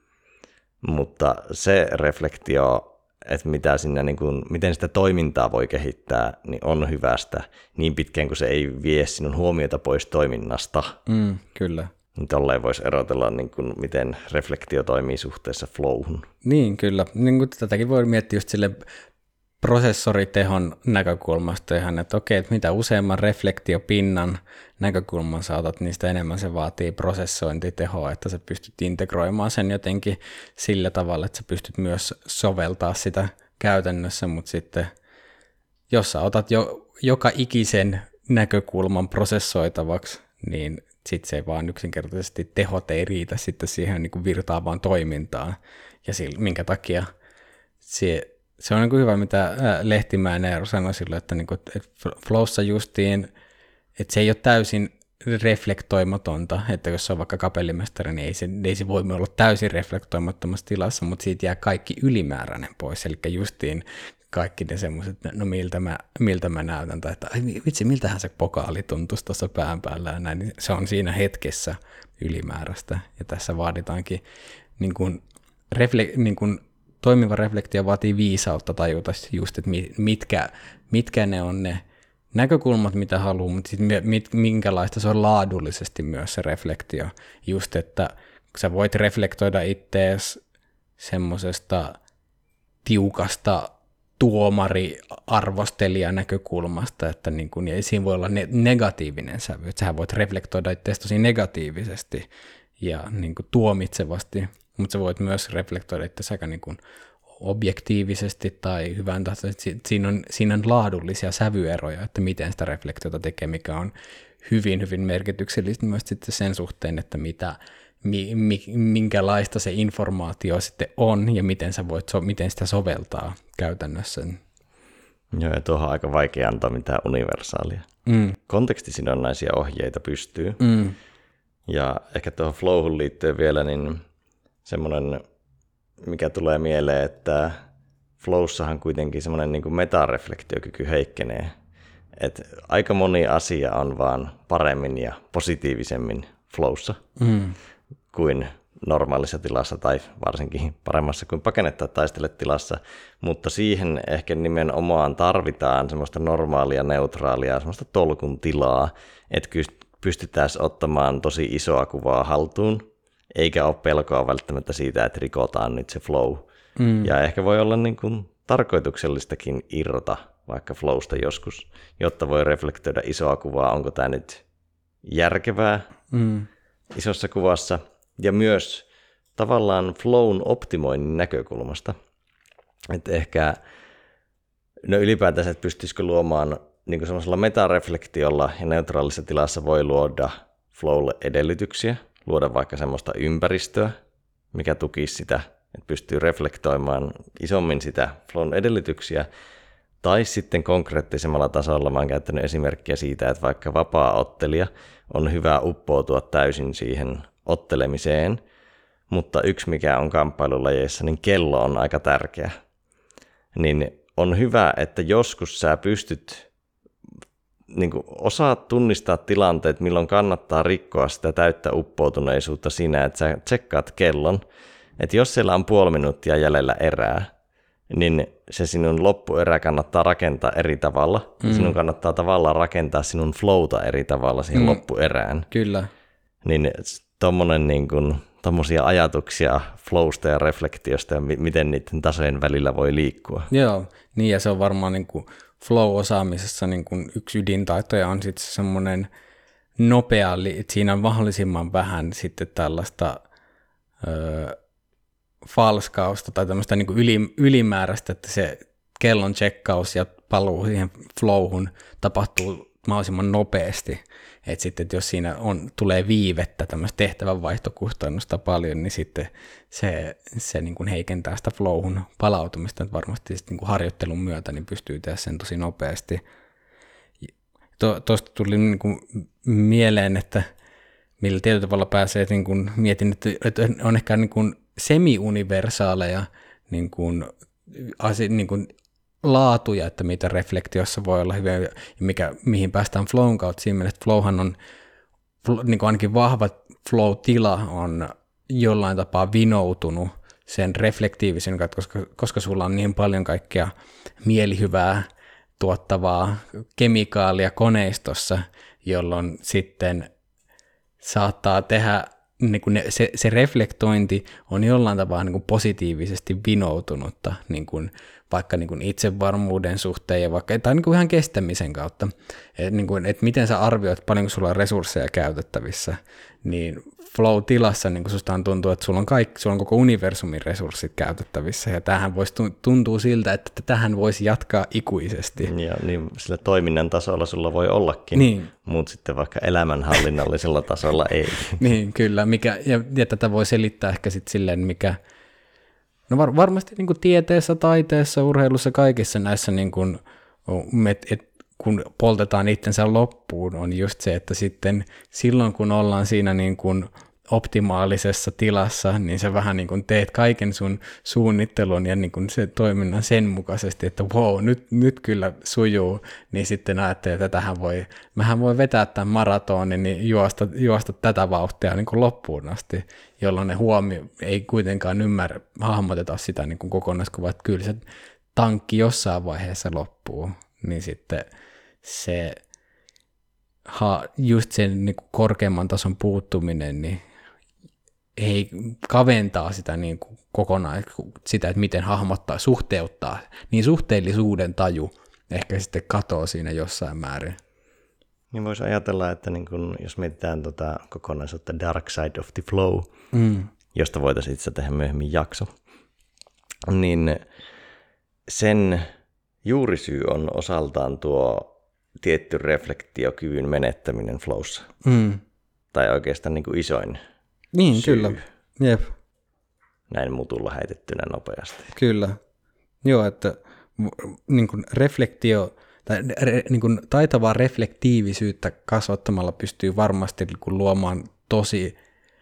Mutta se reflektio, että mitä siinä, niin kuin, miten sitä toimintaa voi kehittää, niin on hyvästä niin pitkään, kun se ei vie sinun huomiota pois toiminnasta. Mm, kyllä. Tolleen voisi erotella, niin kuin, miten reflektio toimii suhteessa flowhun. Niin, kyllä. Niin kuin tätäkin voi miettiä just sille prosessoritehon näkökulmasta ihan, että okei, että mitä useamman reflektiopinnan näkökulman saatat, niin sitä enemmän se vaatii prosessointitehoa, että sä pystyt integroimaan sen jotenkin sillä tavalla, että sä pystyt myös soveltaa sitä käytännössä, mutta sitten jos sä otat jo joka ikisen näkökulman prosessoitavaksi, niin sitten se ei vaan yksinkertaisesti tehot ei riitä sitten siihen niin kuin virtaavaan toimintaan, ja sillä, minkä takia se, se on niin kuin hyvä, mitä Lehtimäen Eero sanoi silloin, että, niin kuin, että flowssa justiin, että se ei ole täysin reflektoimatonta, että jos se on vaikka kapellimestari, niin ei se, ei se voi olla täysin reflektoimattomassa tilassa, mutta siitä jää kaikki ylimääräinen pois, eli justiin kaikki ne semmoiset, no miltä mä, miltä mä näytän, tai että ai vitsi, miltähän se pokaali tuntuisi tuossa pään päällä, ja näin, niin se on siinä hetkessä ylimääräistä, ja tässä vaaditaankin, niin kuin, refle, niin kuin toimiva reflektio vaatii viisautta tajuta just, että mitkä, mitkä ne on ne näkökulmat, mitä haluaa, mutta sitten mit, minkälaista se on laadullisesti myös se reflektio, just, että sä voit reflektoida ittees semmoisesta tiukasta tuomari-arvostelija näkökulmasta, että niin kun, ja siinä voi olla ne, negatiivinen sävy, että sä voit reflektoida itseäsi tosi negatiivisesti ja niin kun, tuomitsevasti, mutta sä voit myös reflektoida itseäsi aika niin kun, objektiivisesti tai hyvän tahtoisesti. Siinä on, siinä on laadullisia sävyeroja, että miten sitä reflektiota tekee, mikä on hyvin, hyvin merkityksellistä myös sitten sen suhteen, että mitä Mi, mi, minkälaista se informaatio sitten on ja miten sä voit, so, miten sitä soveltaa käytännössä. Joo, ja tuohon on aika vaikea antaa mitään universaalia. Mm. Kontekstisidonnaisia ohjeita pystyy. Mm. Ja ehkä tuohon flowhun liittyen vielä, niin semmoinen, mikä tulee mieleen, että flowssahan kuitenkin semmoinen niin kuin metareflektiokyky heikkenee. Että aika moni asia on vaan paremmin ja positiivisemmin flowssa. Mm. kuin normaalissa tilassa tai varsinkin paremmassa kuin pakene- tai taistele-tilassa, mutta siihen ehkä nimenomaan tarvitaan semmoista normaalia, neutraalia, semmoista tolkun tilaa, että pystytään ottamaan tosi isoa kuvaa haltuun, eikä ole pelkoa välttämättä siitä, että rikotaan nyt se flow. Mm. Ja ehkä voi olla niin kuin tarkoituksellistakin irrota vaikka flowsta joskus, jotta voi reflektoida isoa kuvaa, onko tämä nyt järkevää mm. isossa kuvassa, ja myös tavallaan flown optimoinnin näkökulmasta. Että ehkä no ylipäätään, että pystyisikö luomaan niin semmoisella metareflektiolla ja neutraalissa tilassa voi luoda flowlle edellytyksiä, luoda vaikka semmoista ympäristöä, mikä tukisi sitä, että pystyy reflektoimaan isommin sitä flown edellytyksiä, tai sitten konkreettisemmalla tasolla mä oon käyttänyt esimerkkiä siitä, että vaikka vapaa-ottelija on hyvä uppoutua täysin siihen ottelemiseen, mutta yksi mikä on kamppailulajeissa, niin kello on aika tärkeä. Niin on hyvä, että joskus sä pystyt, niin kuin osaat tunnistaa tilanteet, milloin kannattaa rikkoa sitä täyttä uppoutuneisuutta siinä, että sä tsekkaat kellon, että jos siellä on puoli minuuttia jäljellä erää, niin se sinun loppuerä kannattaa rakentaa eri tavalla. Mm. Sinun kannattaa tavallaan rakentaa sinun flowta eri tavalla siihen mm. loppuerään. Kyllä. Niin tommonen niin kuin, tommosia ajatuksia flowsta ja reflektiosta ja mi- miten niiden tasojen välillä voi liikkua. Joo, niin ja se on varmaan niin kuin flow-osaamisessa niin kuin yksi ydintaitoja on sitten semmoinen nopea, että siinä on mahdollisimman vähän sitten tällaista öö, falskausta tai tämmöistä niin kuin yli, ylimääräistä, että se kellon tsekkaus ja paluu siihen flowhun tapahtuu mahdollisimman nopeasti. Että sitten, että jos siinä on, tulee viivettä, tämmöistä tehtävänvaihtokustannusta paljon, niin sitten se, se niin kuin heikentää sitä flowhun palautumista, että varmasti sitten niin kuin harjoittelun myötä niin pystyy tehdä sen tosi nopeasti. Tuosta tuli niin kuin mieleen, että millä tietyllä tavalla pääsee, että niin kuin mietin, että, että on ehkä niin kuin semi-universaaleja niin kuin, asia, niin kuin laatuja, että mitä reflektiossa voi olla hyvä ja mikä, mihin päästään flown kautta siinä mielessä, että flowhan on, niin kuin ainakin vahva flow-tila on jollain tapaa vinoutunut sen reflektiivisen kautta, koska, koska sulla on niin paljon kaikkea mielihyvää tuottavaa kemikaalia koneistossa, jolloin sitten saattaa tehdä, niin kuin ne, se, se reflektointi on jollain tapaa niin kuin positiivisesti vinoutunutta, niin kuin vaikka niin kuin itsevarmuuden suhteen ja vaikka, tai niin kuin ihan kestämisen kautta, että niin kuin, että miten sä arvioit, paljonko sulla on resursseja käytettävissä, niin flow-tilassa niin kuin sustahan tuntuu, että sulla on, kaikki, sulla on koko universumin resurssit käytettävissä, ja tämähän voisi tuntua siltä, että tähän voisi jatkaa ikuisesti. Ja niin sillä toiminnan tasolla sulla voi ollakin, niin. Mutta sitten vaikka elämänhallinnallisella tasolla ei. Niin, kyllä, mikä, ja, ja tätä voi selittää ehkä sitten silleen, mikä, no var, varmasti niin kuin tieteessä, taiteessa, urheilussa, kaikissa näissä, niin kuin, et, et, kun poltetaan itsensä loppuun, on just se, että sitten silloin, kun ollaan siinä niin kuin optimaalisessa tilassa, niin sä vähän niin kuin teet kaiken sun suunnittelun ja niin kuin se toiminnan sen mukaisesti, että wow, nyt, nyt kyllä sujuu, niin sitten ajattelee, että tähän voi, mähän voi vetää tämän maratonin, niin juosta, juosta tätä vauhtia niin kuin loppuun asti, jolloin ne huomio ei kuitenkaan ymmärrä, hahmoteta sitä niin kuin kokonaiskuvaa, että kyllä se tankki jossain vaiheessa loppuu, niin sitten se ha, just sen niin kuin korkeamman tason puuttuminen, niin ei kaventaa sitä niin kuin kokonaan, sitä, että miten hahmottaa, suhteuttaa, niin suhteellisuuden taju ehkä sitten katoo siinä jossain määrin. Niin voisi ajatella, että niin kun, jos mietitään tota kokonaisuutta Dark Side of the Flow, mm. josta voitaisiin itse tehdä myöhemmin jakso, niin sen juurisyy on osaltaan tuo tietty reflektiokyvyn menettäminen flowssa. Mm. Tai oikeastaan niin kuin isoin Niin, syy. kyllä. Jep. Näin mutulla heitettynä nopeasti. Kyllä. Joo, että niin kuin reflektio, tai re, niin kuin taitavaa reflektiivisyyttä kasvattamalla pystyy varmasti niin kuin luomaan tosi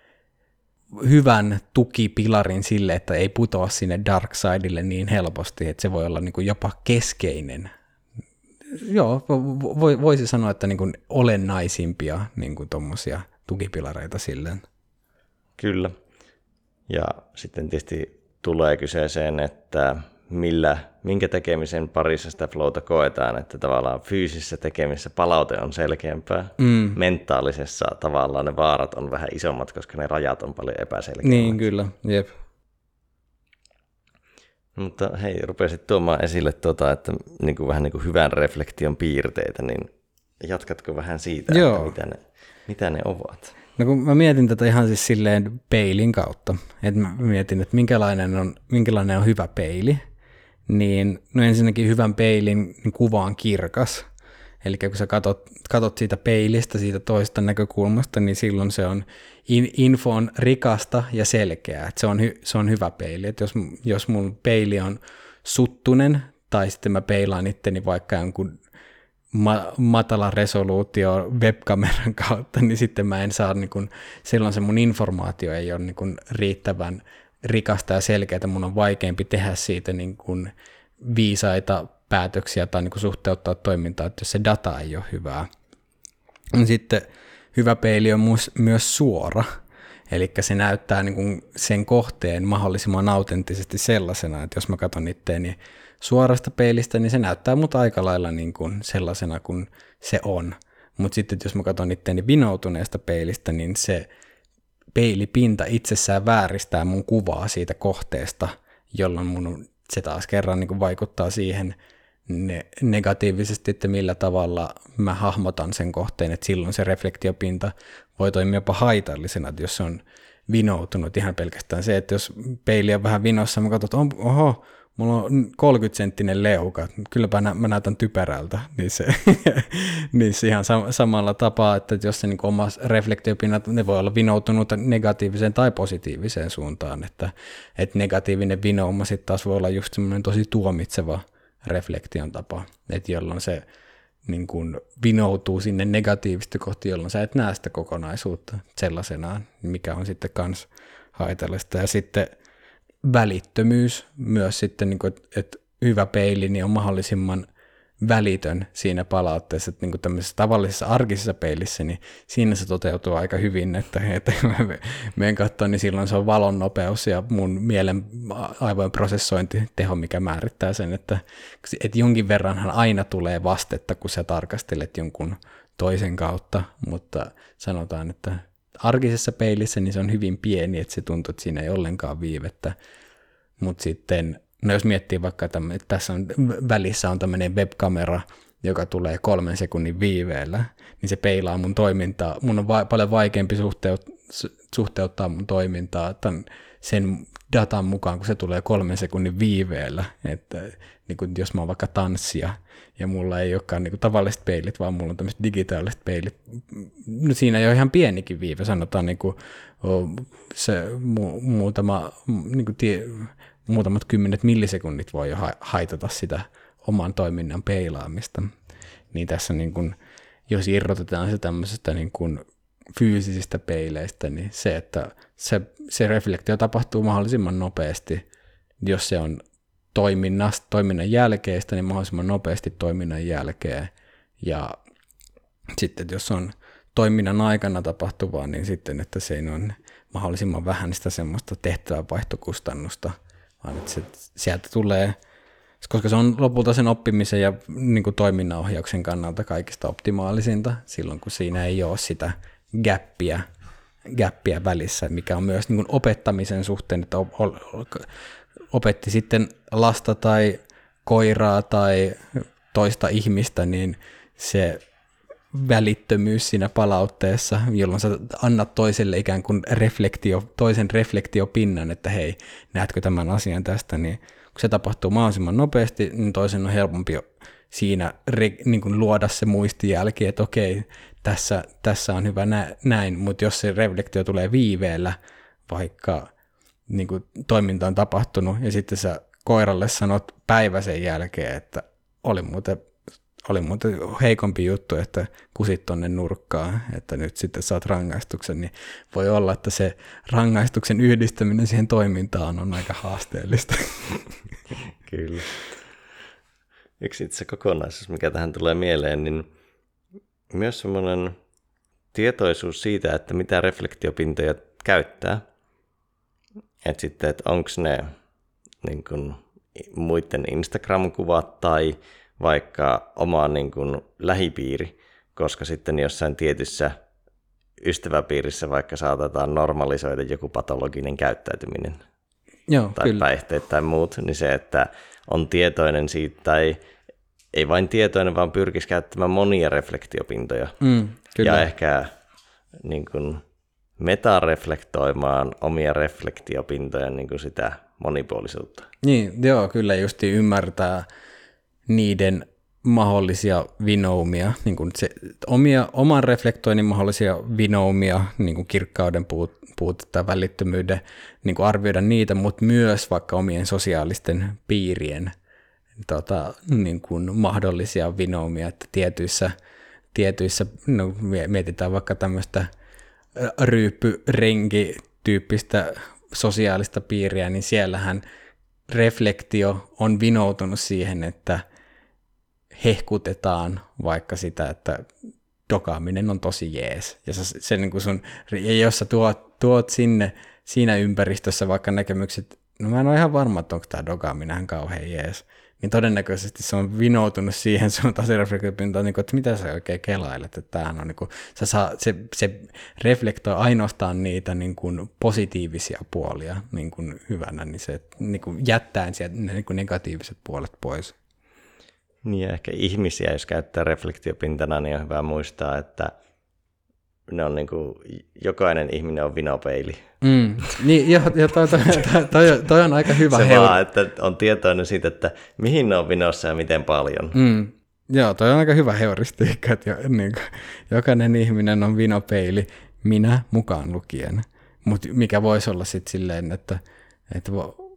hyvän tukipilarin sille, että ei putoa sinne dark sidelle niin helposti, että se voi olla niin kuin jopa keskeinen. Joo, vo, voisi sanoa, että niin kuin olennaisimpia niin kuin tommosia tukipilareita silleen. Kyllä. Ja sitten tietysti tulee kyseeseen, että millä, minkä tekemisen parissa sitä flowta koetaan, että tavallaan fyysisessä tekemisessä palaute on selkeämpää, mm. mentaalisessa tavallaan ne vaarat on vähän isommat, koska ne rajat on paljon epäselkeämmät. Niin, kyllä, jep. Mutta hei, rupesit tuomaan esille tuota, että niin kuin vähän niin kuin hyvän reflektion piirteitä, niin jatkatko vähän siitä, Joo. että mitä ne, mitä ne ovat? No kun mä mietin tätä ihan siis silleen peilin kautta, että mä mietin, että minkälainen on, minkälainen on hyvä peili, niin no ensinnäkin hyvän peilin kuva on kirkas, eli kun sä katot, katot siitä peilistä, siitä toisesta näkökulmasta, niin silloin se on, in, info on rikasta ja selkeää, että se on, hy, se on hyvä peili, että jos, jos mun peili on suttunen, tai sitten mä peilaan itteni vaikka jonkun ma- matala resoluutio webkameran kautta, niin sitten mä en saa, niin kun, silloin se mun informaatio ei ole niin kun riittävän rikasta ja selkeää, mun on vaikeampi tehdä siitä niin kun viisaita päätöksiä tai niin kun suhteuttaa toimintaa, että jos se data ei ole hyvää. Sitten hyvä peili on myös suora, Eli se näyttää niin kuin sen kohteen mahdollisimman autenttisesti sellaisena, että jos mä katson itteeni suorasta peilistä, niin se näyttää mut aika lailla niin kuin sellaisena kuin se on. Mutta sitten jos mä katson itteeni vinoutuneesta peilistä, niin se peilipinta itsessään vääristää mun kuvaa siitä kohteesta, jolloin mun, se taas kerran niin kuin vaikuttaa siihen ne, negatiivisesti, että millä tavalla mä hahmotan sen kohteen, että silloin se reflektiopinta voi toimia jopa haitallisena, että jos se on vinoutunut ihan pelkästään se, että jos peili on vähän vinossa, mä katson, että oho, mulla on kolmekymmentä senttinen leuka, kylläpä nä- mä näytän typerältä, niin se, niin se ihan sam- samalla tapaa, että jos se niin oma reflektiopinnat, ne voi olla vinoutunut negatiiviseen tai positiiviseen suuntaan, että, että negatiivinen vinouma sitten taas voi olla just semmoinen tosi tuomitseva reflektion tapa, että jolloin se niin kuin vinoutuu sinne negatiivista kohti, jolloin sä et näe sitä kokonaisuutta sellaisenaan, mikä on sitten kans haitallista. Ja sitten välittömyys myös sitten, niin kuin, että hyvä peili niin on mahdollisimman välitön siinä palautteessa, että niin kuin tämmöisessä tavallisessa arkisessa peilissä, niin siinä se toteutuu aika hyvin, että, että menen katsomaan, niin silloin se on valon nopeus ja mun mielen aivojen prosessointiteho, mikä määrittää sen, että, että jonkin verranhan aina tulee vastetta, kun sä tarkastelet jonkun toisen kautta, mutta sanotaan, että arkisessa peilissä niin se on hyvin pieni, että se tuntuu, että siinä ei ollenkaan viivettä, mutta sitten no jos miettii vaikka, että tässä on, välissä on tämmöinen webkamera, joka tulee kolmen sekunnin viiveellä, niin se peilaa mun toimintaa. Mun on va- paljon vaikeampi suhteut- suhteuttaa mun toimintaa tämän, sen datan mukaan, kun se tulee kolmen sekunnin viiveellä. Että niin kun jos mä oon vaikka tanssija ja mulla ei olekaan niin kuin tavalliset peilit, vaan mulla on tämmöiset digitaaliset peilit. No siinä ei ole ihan pienikin viive, sanotaan niin kuin, se mu- muutama niin kuin tie- muutamat kymmenet millisekunnit voi jo haitata sitä oman toiminnan peilaamista. Niin tässä niin kun, jos irrotetaan se tämmöisestä niin kun fyysisistä peileistä, niin se, että se, se reflektio tapahtuu mahdollisimman nopeasti, jos se on toiminnasta, toiminnan jälkeistä, niin mahdollisimman nopeasti toiminnan jälkeen. Ja sitten jos on toiminnan aikana tapahtuvaa, niin sitten, että se ei ole mahdollisimman vähän sitä semmoista tehtävävaihtokustannusta, vaan että se, sieltä tulee, koska se on lopulta sen oppimisen ja niin kuin toiminnanohjauksen kannalta kaikista optimaalisinta silloin, kun siinä ei ole sitä gäppiä, gäppiä välissä, mikä on myös niin kuin opettamisen suhteen, että opetti sitten lasta tai koiraa tai toista ihmistä, niin se välittömyys siinä palautteessa, jolloin sä annat toiselle ikään kuin reflektio, toisen reflektiopinnan, että hei, näetkö tämän asian tästä, niin kun se tapahtuu mahdollisimman nopeasti, niin toisen on helpompi siinä niin kuin luoda se muistijälki, että okei, tässä, tässä on hyvä nä- näin, mutta jos se reflektio tulee viiveellä, vaikka niin kuin toiminta on tapahtunut, ja sitten sä koiralle sanot päivä sen jälkeen, että oli muuten Oli muuten heikompi juttu, että kusit tonne nurkkaan, että nyt sitten saat rangaistuksen, niin voi olla, että se rangaistuksen yhdistäminen siihen toimintaan on aika haasteellista. Kyllä. Yksi itse kokonaisuus, mikä tähän tulee mieleen, niin myös semmoinen tietoisuus siitä, että mitä reflektiopintoja käyttää. Että sitten, että onko ne niin kuin muiden Instagram-kuvat tai vaikka oma niin kuin lähipiiri, koska sitten jossain tietyssä ystäväpiirissä vaikka saatetaan normalisoida joku patologinen käyttäytyminen. Joo, tai kyllä. päihteet tai muut, niin se, että on tietoinen siitä, tai ei vain tietoinen, vaan pyrkisi käyttämään monia reflektiopintoja. Mm, kyllä. Ja ehkä niin kuin metareflektoimaan omia reflektiopintoja niin kuin sitä monipuolisuutta. Niin, joo, kyllä just ymmärtää niiden mahdollisia vinoumia, niin kuin se, omia, oman reflektoinnin mahdollisia vinoumia, niin kuin kirkkauden puut, puutetta, välittömyyden, niin kuin arvioida niitä, mutta myös vaikka omien sosiaalisten piirien tota, niin kuin mahdollisia vinoumia, että tietyissä, tietyissä no, mietitään vaikka tämmöistä ryyppyrenki-tyyppistä sosiaalista piiriä, niin siellähän reflektio on vinoutunut siihen, että hehkutetaan vaikka sitä, että dokaaminen on tosi jees. Ja, se, se, niin kuin sun, ja jos sä tuot tuot sinne siinä ympäristössä vaikka näkemykset, no mä en ole ihan varma, että onko tämä dogaaminen kauhean jees, niin todennäköisesti se on vinoutunut siihen suuntaan se reflektiopintaan, niin että mitä sä oikein kelailet, että tämähän on niin kuin, sä saa, se, se reflektoi ainoastaan niitä niin kuin positiivisia puolia niin kuin hyvänä, niin se niin kuin jättää sieltä ne niin kuin negatiiviset puolet pois. Niin ja ehkä ihmisiä, jos käyttää reflektiopintana, niin on hyvä muistaa, että ne on niin kuin, jokainen ihminen on vinopeili. Mm. Niin, jo, jo, toi, toi, toi, toi, toi on aika hyvä. Se vaan, että on tietoinen siitä, että mihin ne on vinossa ja miten paljon. Mm. Joo, toi on aika hyvä heuristiikka, että jo, niin kuin, jokainen ihminen on vinopeili, minä mukaan lukien. Mutta mikä voisi olla sitten silleen, että, että,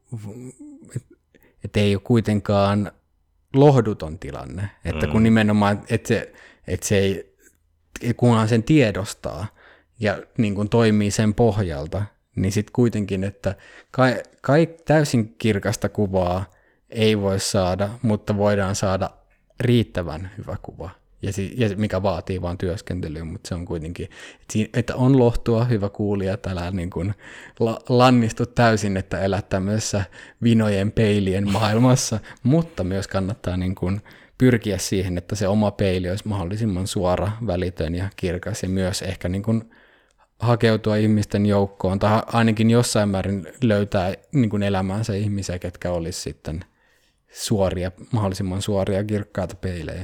että, että ei ole kuitenkaan lohduton tilanne, että kun nimenomaan, että se, että se ei, kunhan sen tiedostaa ja niin kuin toimii sen pohjalta, niin sitten kuitenkin, että kai, kai täysin kirkasta kuvaa ei voi saada, mutta voidaan saada riittävän hyvä kuva, ja, si, ja mikä vaatii vaan työskentelyä, mutta se on kuitenkin, että, että on lohtua, hyvä kuulija, että älä niin kuin la, lannistu täysin, että elät tämmöisessä vinojen peilien maailmassa, mutta myös kannattaa niin kuin pyrkiä siihen, että se oma peili olisi mahdollisimman suora, välitön ja kirkas, ja myös ehkä niin kuin hakeutua ihmisten joukkoon, tai ainakin jossain määrin löytää niin kuin elämäänsä ihmisiä, ketkä olisi sitten suoria, mahdollisimman suoria ja kirkkaita peilejä.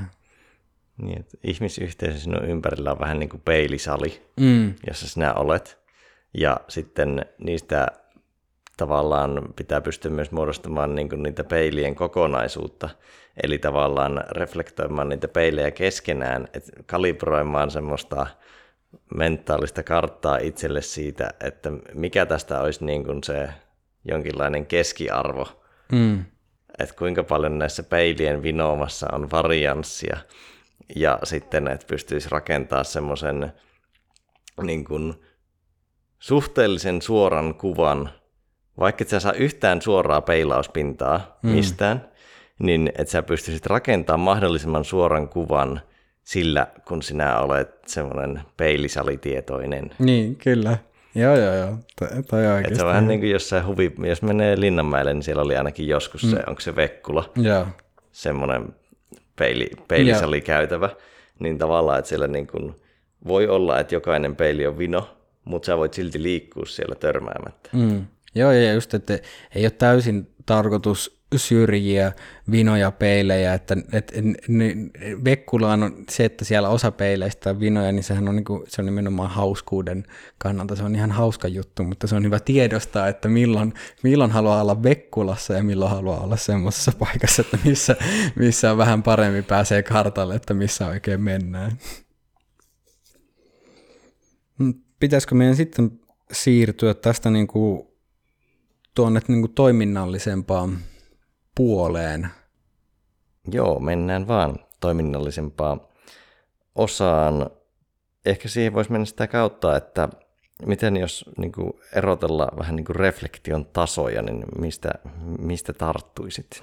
Niin, että ihmisyhteisö sinun ympärillä on vähän niin kuin peilisali, mm. jossa sinä olet, ja sitten niistä tavallaan pitää pystyä myös muodostamaan niin kuin niitä peilien kokonaisuutta, eli tavallaan reflektoimaan niitä peilejä keskenään, että kalibroimaan semmoista mentaalista karttaa itselle siitä, että mikä tästä olisi niin kuin se jonkinlainen keskiarvo, mm. että kuinka paljon näissä peilien vinoomassa on varianssia, ja sitten, että pystyisi rakentamaan semmoisen niin kuin suhteellisen suoran kuvan, vaikka et sä saa yhtään suoraa peilauspintaa mm. mistään, niin että sä pystyisit rakentamaan mahdollisimman suoran kuvan sillä, kun sinä olet semmoinen peilisalittietoinen. Niin, kyllä. Joo, joo, joo. Toi oikeasti. Se on vähän niin kuin jossain huvi, jos menee Linnanmäelle, niin siellä oli ainakin joskus se, mm. onko se Vekkula, joo. semmoinen peili, peilisalikäytävä, niin tavallaan, että siellä niin kuin voi olla, että jokainen peili on vino, mutta sä voit silti liikkua siellä törmäämättä. Mm. Joo, ja just, että ei ole täysin tarkoitus syrjiä vinoja peilejä, että et, Vekkulaan on se, että siellä osa peileistä on vinoja, niin sehän on, niinku, se on nimenomaan hauskuuden kannalta, se on ihan hauska juttu, mutta se on hyvä tiedostaa, että milloin, milloin haluaa olla Vekkulassa ja milloin haluaa olla semmoisessa paikassa, että missä, missä on vähän paremmin pääsee kartalle, että missä oikein mennään. Pitäisikö meidän sitten siirtyä tästä niinku tuonne niinku toiminnallisempaan puoleen? Joo, mennään vaan toiminnallisempaan osaan. Ehkä siihen voisi mennä sitä kautta, että miten jos niin kuin erotella vähän niin kuin reflektion tasoja, niin mistä, mistä tarttuisit?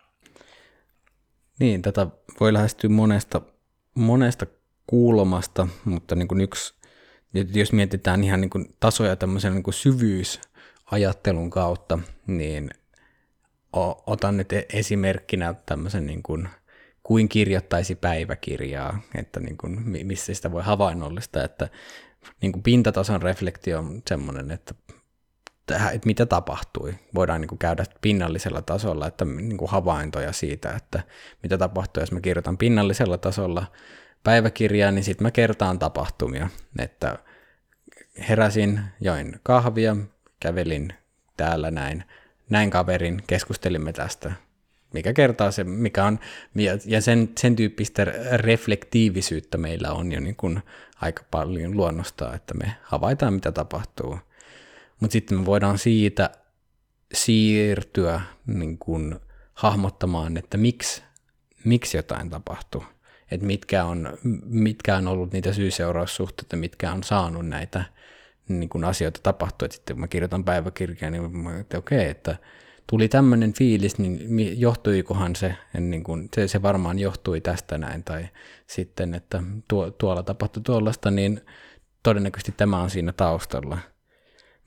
Niin, tätä voi lähestyä monesta, monesta kulmasta, mutta niin kuin yksi, jos mietitään ihan niin kuin tasoja tämmöisen niin kuin syvyysajattelun kautta, niin otan nyt esimerkkinä tämmöisen niin kuin, kuin kirjoittaisi päiväkirjaa, että niin kuin, missä sitä voi havainnollistaa, että niin kuin pintatason reflektio on semmoinen, että, että mitä tapahtui. Voidaan niin kuin käydä pinnallisella tasolla, että niin kuin havaintoja siitä, että mitä tapahtuu, jos mä kirjoitan pinnallisella tasolla päiväkirjaa, niin sitten mä kertaan tapahtumia, että heräsin, join kahvia, kävelin täällä näin, näin kaverin, keskustelimme tästä, mikä kertaa se, mikä on, ja sen, sen tyyppistä reflektiivisyyttä meillä on jo niin kuin aika paljon luonnostaan, että me havaitaan, mitä tapahtuu. Mutta sitten me voidaan siitä siirtyä niin kuin hahmottamaan, että miksi, miksi jotain tapahtuu, että mitkä on, mitkä on ollut niitä syy-seuraussuhteita, mitkä on saanut näitä niin kuin asioita tapahtua, että sitten kun mä kirjoitan päiväkirjaa, niin mä että okei, okay, että tuli tämmöinen fiilis, niin johtuikohan se, niin kuin, se, se varmaan johtui tästä näin, tai sitten, että tuo, tuolla tapahtui tuollaista, niin todennäköisesti tämä on siinä taustalla.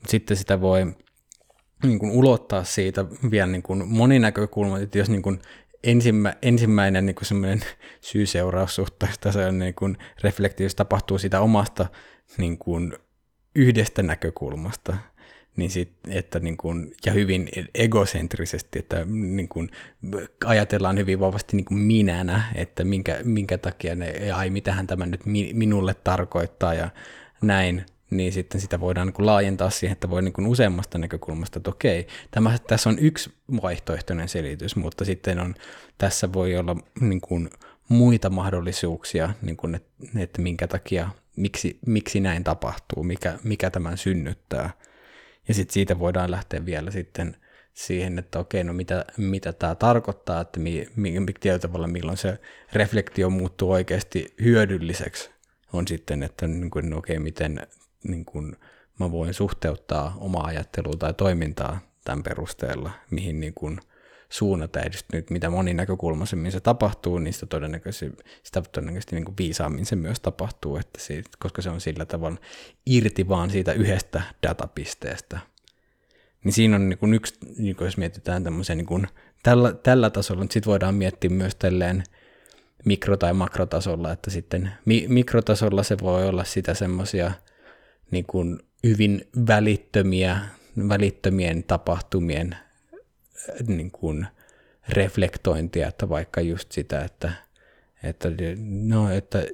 sitten sitä voi niin kuin ulottaa siitä vielä niin kuin moninäkökulma, että jos niin kuin ensimmä, ensimmäinen niin kuin semmoinen syy-seuraussuhteesta se on niin kuin reflektio, tapahtuu sitä omasta niin kuin yhdestä näkökulmasta, niin sit, että niin kuin, ja hyvin egocentrisesti, että niin kuin ajatellaan hyvin vahvasti niin kuin minänä, että minkä, minkä takia ne, ai mitähän tämä nyt minulle tarkoittaa ja näin, niin sitten sitä voidaan niin kuin laajentaa siihen, että voi niin kuin useammasta näkökulmasta, että okei, tämä, tässä on yksi vaihtoehtoinen selitys, mutta sitten on, tässä voi olla niin kuin muita mahdollisuuksia, niin kuin, että, että minkä takia, miksi, miksi näin tapahtuu, mikä, mikä tämän synnyttää. Ja sitten siitä voidaan lähteä vielä sitten siihen, että okei, no mitä, mitä tämä tarkoittaa, että mi, mi, tietyllä tavalla milloin se reflektio muuttuu oikeasti hyödylliseksi, on sitten, että niin kuin, no okei, miten niin kuin mä voin suhteuttaa omaa ajattelua tai toimintaa tämän perusteella, mihin niin kuin suunnata edistä nyt, mitä moninäkökulmaisemmin se tapahtuu, niin sitä todennäköisesti, sitä todennäköisesti niin kuin viisaammin se myös tapahtuu, että siitä, koska se on sillä tavalla irti vaan siitä yhdestä datapisteestä. Niin siinä on niin kuin yksi, niin kuin jos mietitään tämmöisen niin kuin tällä, tällä tasolla, sitten voidaan miettiä myös tälleen mikro- tai makrotasolla, että sitten mi- mikrotasolla se voi olla sitä semmoisia niin kuin hyvin välittömiä, välittömien tapahtumien niin kuin reflektointia, että vaikka just sitä, että, että, no, että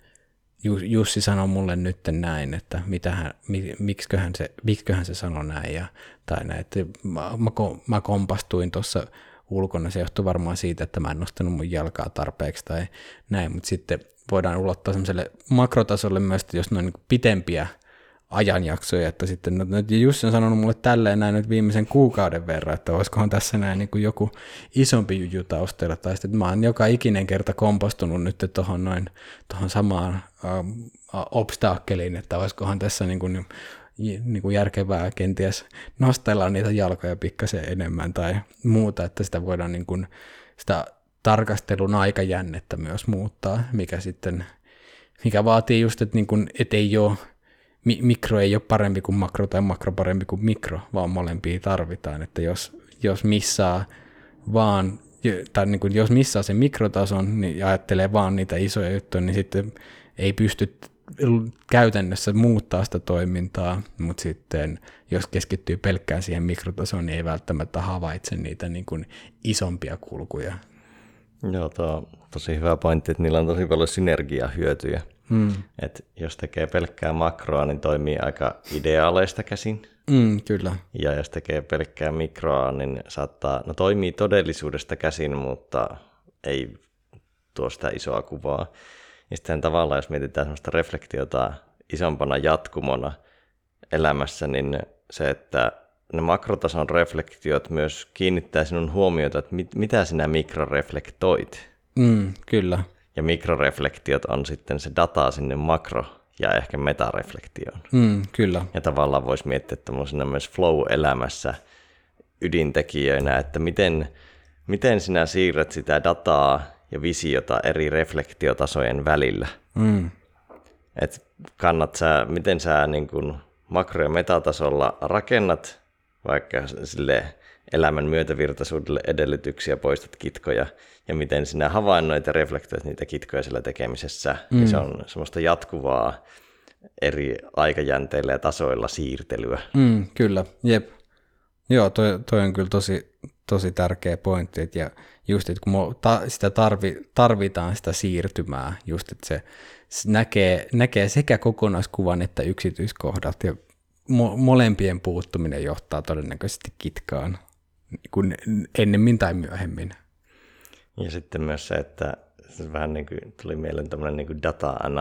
Jussi sanoi mulle nyt näin, että mitähän, miksiköhän, se, miksiköhän se sanoi näin, ja, tai näin, että mä, mä kompastuin tuossa ulkona, se johtui varmaan siitä, että mä en nostanut mun jalkaa tarpeeksi tai näin, mutta sitten voidaan ulottaa semmoiselle makrotasolle myös, että jos ne on niin kuin pitempiä ajanjaksoja, että sitten no, Jussi on sanonut mulle tälleen näin nyt viimeisen kuukauden verran, että olisikohan tässä näin niin kuin joku isompi juju taustalla, tai sitten mä oon joka ikinen kerta kompastunut nyt tuohon noin tuohon samaan äh, obstaakkeliin, että olisikohan tässä niin kuin, niin kuin järkevää kenties nostella niitä jalkoja pikkasen enemmän tai muuta, että sitä voidaan niin kuin, sitä tarkastelun aikajännettä myös muuttaa, mikä sitten, mikä vaatii just, että, niin kuin, että ei ole mikro ei ole parempi kuin makro tai makro parempi kuin mikro, vaan molempia tarvitaan, että jos, jos missaa vaan, tai niin kuin jos missaa sen mikrotason niin ajattelee vaan niitä isoja juttuja, niin sitten ei pysty käytännössä muuttaa sitä toimintaa, mutta sitten jos keskittyy pelkkään siihen mikrotasoon, niin ei välttämättä havaitse niitä niin kuin isompia kulkuja. Joo, tuo on tosi hyvä pointti, että niillä on tosi paljon synergiahyötyjä. Mm. Et jos tekee pelkkää makroa, niin toimii aika ideaaleista käsin. Mm, kyllä. Ja jos tekee pelkkää mikroa, niin saattaa, no toimii todellisuudesta käsin, mutta ei tuo sitä isoa kuvaa. Ja sitten tavallaan, jos mietitään sellaista reflektiota isompana jatkumona elämässä, niin se, että ne makrotason reflektiot myös kiinnittää sinun huomiota, että mit, mitä sinä mikroreflektoit. Mm, kyllä. Ja mikroreflektiot on sitten se data sinne makro- ja ehkä metareflektioon. Mm, kyllä. Ja tavallaan voisi miettiä tämmöisenä myös flow-elämässä ydintekijöinä, että miten, miten sinä siirrät sitä dataa ja visiota eri reflektiotasojen välillä. Mm. Et kannat sä, miten sä niin kuin makro- ja metatasolla rakennat vaikka sille elämän myötävirtaisuudelle edellytyksiä, poistat kitkoja, ja miten sinä havainnoit ja reflektoit niitä kitkoja sillä tekemisessä. Mm. Ja se on semmoista jatkuvaa eri aikajänteillä ja tasoilla siirtelyä. Mm, kyllä, jep. Joo, toi, toi on kyllä tosi, tosi tärkeä pointti, että ja just, että kun ta, sitä tarvi, tarvitaan sitä siirtymää, just, että se, se näkee, näkee sekä kokonaiskuvan että yksityiskohdat, ja mo, molempien puuttuminen johtaa todennäköisesti kitkaan, kun ennemmin tai myöhemmin. Ja sitten myös se, että se vähän niin kuin tuli mieleen tämmöinen niin kuin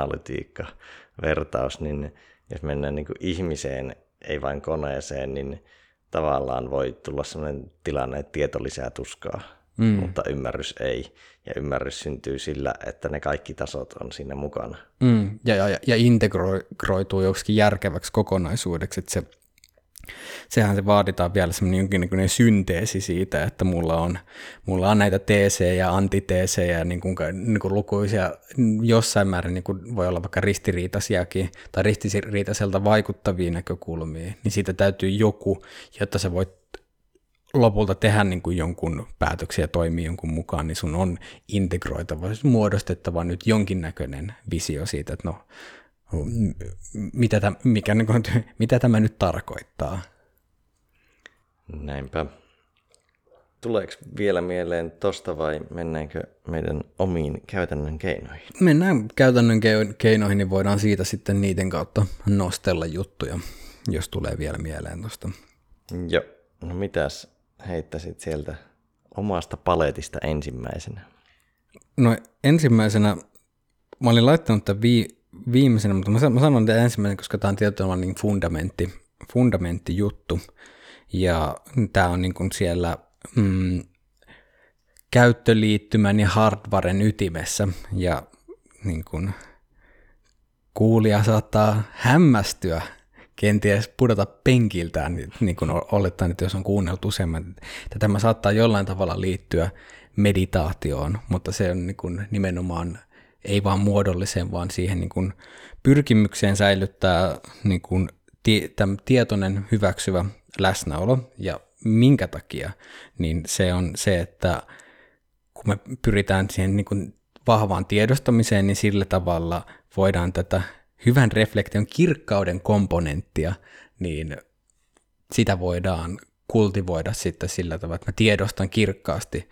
data-analytiikka-vertaus, niin jos mennään niin kuin ihmiseen, ei vain koneeseen, niin tavallaan voi tulla sellainen tilanne, että tieto lisää tuskaa, mm. mutta ymmärrys ei. Ja ymmärrys syntyy sillä, että ne kaikki tasot on siinä mukana. Mm. Ja, ja, ja integroituu joksikin järkeväksi kokonaisuudeksi, että se sehän se vaaditaan vielä semmoinen jonkinnäköinen synteesi siitä, että mulla on, mulla on näitä teesejä ja antiteesejä, niin kuin, niin kuin lukuisia, jossain määrin niin kuin voi olla vaikka ristiriitaisiakin tai ristiriitaiselta vaikuttavia näkökulmia, niin siitä täytyy joku, jotta sä voit lopulta tehdä niin kuin jonkun päätöksiä ja toimia jonkun mukaan, niin sun on integroitava, muodostettava nyt jonkinnäköinen visio siitä, että no, mitä, täm, mikä, niin kuin, mitä tämä nyt tarkoittaa. Näinpä. Tuleeko vielä mieleen tosta vai mennäänkö meidän omiin käytännön keinoihin? Mennään käytännön keinoihin, niin voidaan siitä sitten niiden kautta nostella juttuja, jos tulee vielä mieleen tosta. Joo. No mitäs heittäisit sieltä omasta paletista ensimmäisenä? No ensimmäisenä, mä olin laittanut tämän vi, viimeisenä, mutta mä sanon tämän ensimmäisen, koska tämä on tietyllä niin fundamentti, fundamentti juttu. Ja tämä on niin kuin siellä mm, käyttöliittymän ja hardwaren ytimessä, ja niin kuin kuulija saattaa hämmästyä, kenties pudota penkiltään, niin kuin olettaen, että jos on kuunneltu useamman, että tämä saattaa jollain tavalla liittyä meditaatioon, mutta se on niin kuin nimenomaan ei vaan muodolliseen, vaan siihen niin kuin pyrkimykseen säilyttää niin kuin tämä tietoinen hyväksyvä läsnäolo, ja minkä takia, niin se on se, että kun me pyritään siihen niin kuin vahvaan tiedostamiseen, niin sillä tavalla voidaan tätä hyvän reflektion kirkkauden komponenttia, niin sitä voidaan kultivoida sitten sillä tavalla, että mä tiedostan kirkkaasti,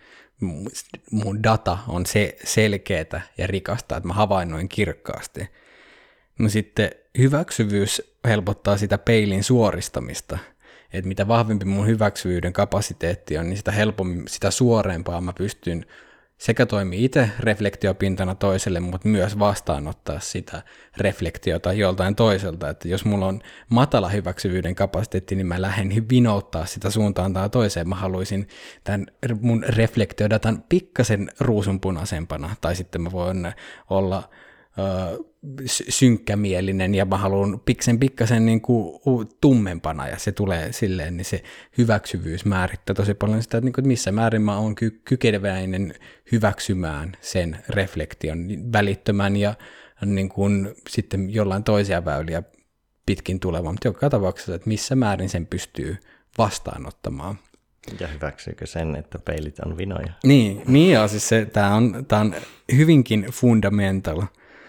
mun data on se selkeätä ja rikasta, että mä havainnoin kirkkaasti. No sitten hyväksyvyys helpottaa sitä peilin suoristamista, että mitä vahvempi mun hyväksyvyyden kapasiteetti on, niin sitä helpommin, sitä suorempaa mä pystyn sekä toimii itse reflektiopintana toiselle, mutta myös vastaanottaa sitä reflektiota joltain toiselta. Että jos mulla on matala hyväksyvyyden kapasiteetti, niin mä lähden vinouttaa sitä suuntaan tai toiseen. Mä haluaisin tämän mun reflektiodatan pikkasen ruusunpunaisempana, tai sitten mä voin olla ö, synkkämielinen ja mä haluan piksen pikkasen niin kuin tummempana, ja se tulee silleen, niin se hyväksyvyys määrittää tosi paljon sitä, että missä määrin mä oon ky- kykeneväinen hyväksymään sen reflektion välittömän ja niin kuin sitten jollain toisia väyliä pitkin tulevan, mutta joka tapauksessa, että missä määrin sen pystyy vastaanottamaan. Ja hyväksyykö sen, että peilit on vinoja? Niin, niin joo, siis se, tää on, tää on hyvinkin fundamental.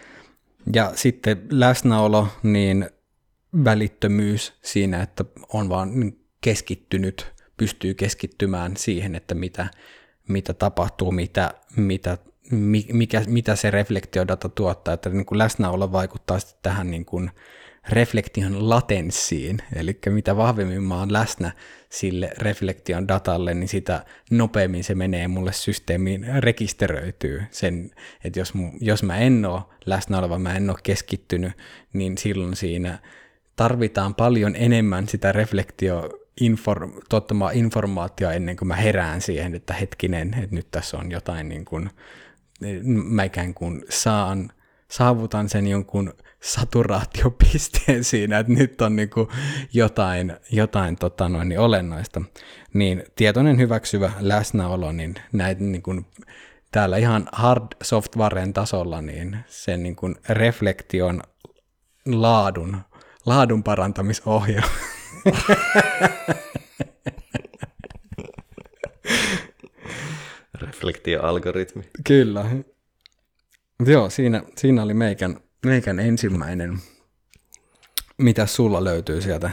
Ja sitten läsnäolo, niin välittömyys siinä, että on vaan keskittynyt, pystyy keskittymään siihen, että mitä, mitä tapahtuu, mitä, mitä, mikä, mitä se reflektiodata tuottaa, että niin kuin läsnäolo vaikuttaa sitten tähän niin kuin reflektion latenssiin, eli mitä vahvemmin mä oon läsnä sille reflektion datalle, niin sitä nopeammin se menee mulle systeemiin, rekisteröityy sen, että jos, jos mä en ole läsnä oleva, mä en ole keskittynyt, niin silloin siinä tarvitaan paljon enemmän sitä reflektio inform, tuottamaa informaatiota ennen kuin mä herään siihen, että hetkinen, että nyt tässä on jotain niin kuin, mä ikään kuin saan, saavutan sen jonkun saturaatiopisteen siinä, että nyt on niin kuin jotain, jotain tota noin, niin olennaista. Niin tietoinen hyväksyvä läsnäolo, niin näitä niin kuin täällä ihan hard softwaren tasolla, niin sen niin kuin reflektion laadun, laadun parantamisohjelma. Reflektio-algoritmi. Kyllä. Joo, siinä, siinä oli meikän, meikän ensimmäinen. Mitä sulla löytyy sieltä?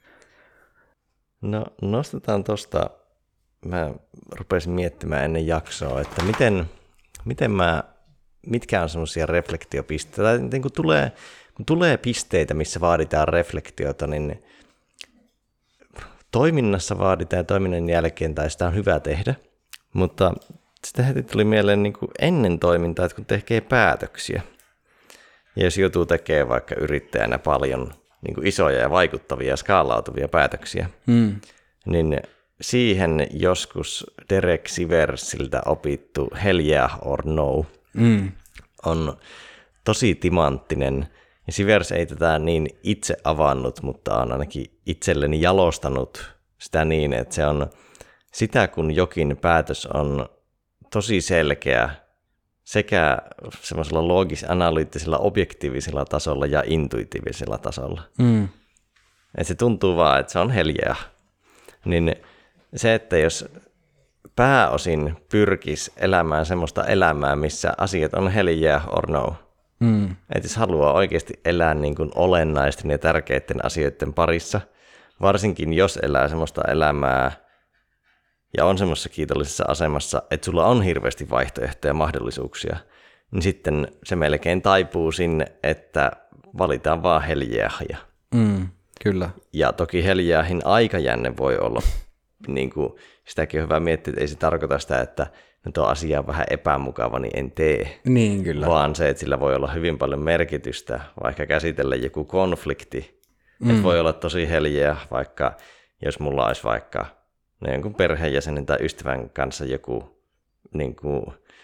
No nostetaan tuosta, mä rupesin miettimään ennen jaksoa, että miten, miten mä, mitkä on semmoisia reflektiopisteitä, tai kun tulee, kun tulee pisteitä, missä vaaditaan reflektiota, niin toiminnassa vaaditaan ja toiminnan jälkeen, tai sitä on hyvä tehdä, mutta sitten heti tuli mieleen niin kuin ennen toimintaa, että kun tekee päätöksiä, ja jos joutuu tekemään vaikka yrittäjänä paljon niin kuin isoja ja vaikuttavia ja skaalautuvia päätöksiä, mm. niin siihen joskus Derek Siversiltä opittu hell yeah or no mm. on tosi timanttinen, Ja Sivers ei tätä niin itse avannut, mutta on ainakin itselleni jalostanut sitä niin, että se on sitä, kun jokin päätös on tosi selkeä sekä semmoisella loogis-analyyttisella, objektiivisella tasolla ja intuitiivisella tasolla. Mm. Että se tuntuu vaan, että se on heljeä. Niin se, että jos pääosin pyrkisi elämään semmoista elämää, missä asiat on heljeä or no. Mm. Että jos haluaa oikeasti elää niin kuin olennaisten ja tärkeiden asioiden parissa, varsinkin jos elää semmoista elämää ja on semmoisessa kiitollisessa asemassa, että sulla on hirveästi vaihtoehtoja ja mahdollisuuksia, niin sitten se melkein taipuu sinne, että valitaan vaan heljeähiä. Mm, kyllä. Ja toki heljeähin aikajänne voi olla, niin kuin, sitäkin on hyvä miettiä, että ei se tarkoita sitä, että no tuo asia on vähän epämukava, niin en tee. Niin, kyllä. Vaan se, että sillä voi olla hyvin paljon merkitystä, vaikka käsitellä joku konflikti. Mm. Että voi olla tosi heljeä, vaikka jos mulla olisi vaikka no jonkun perheenjäsenen tai ystävän kanssa joku, niin kuin,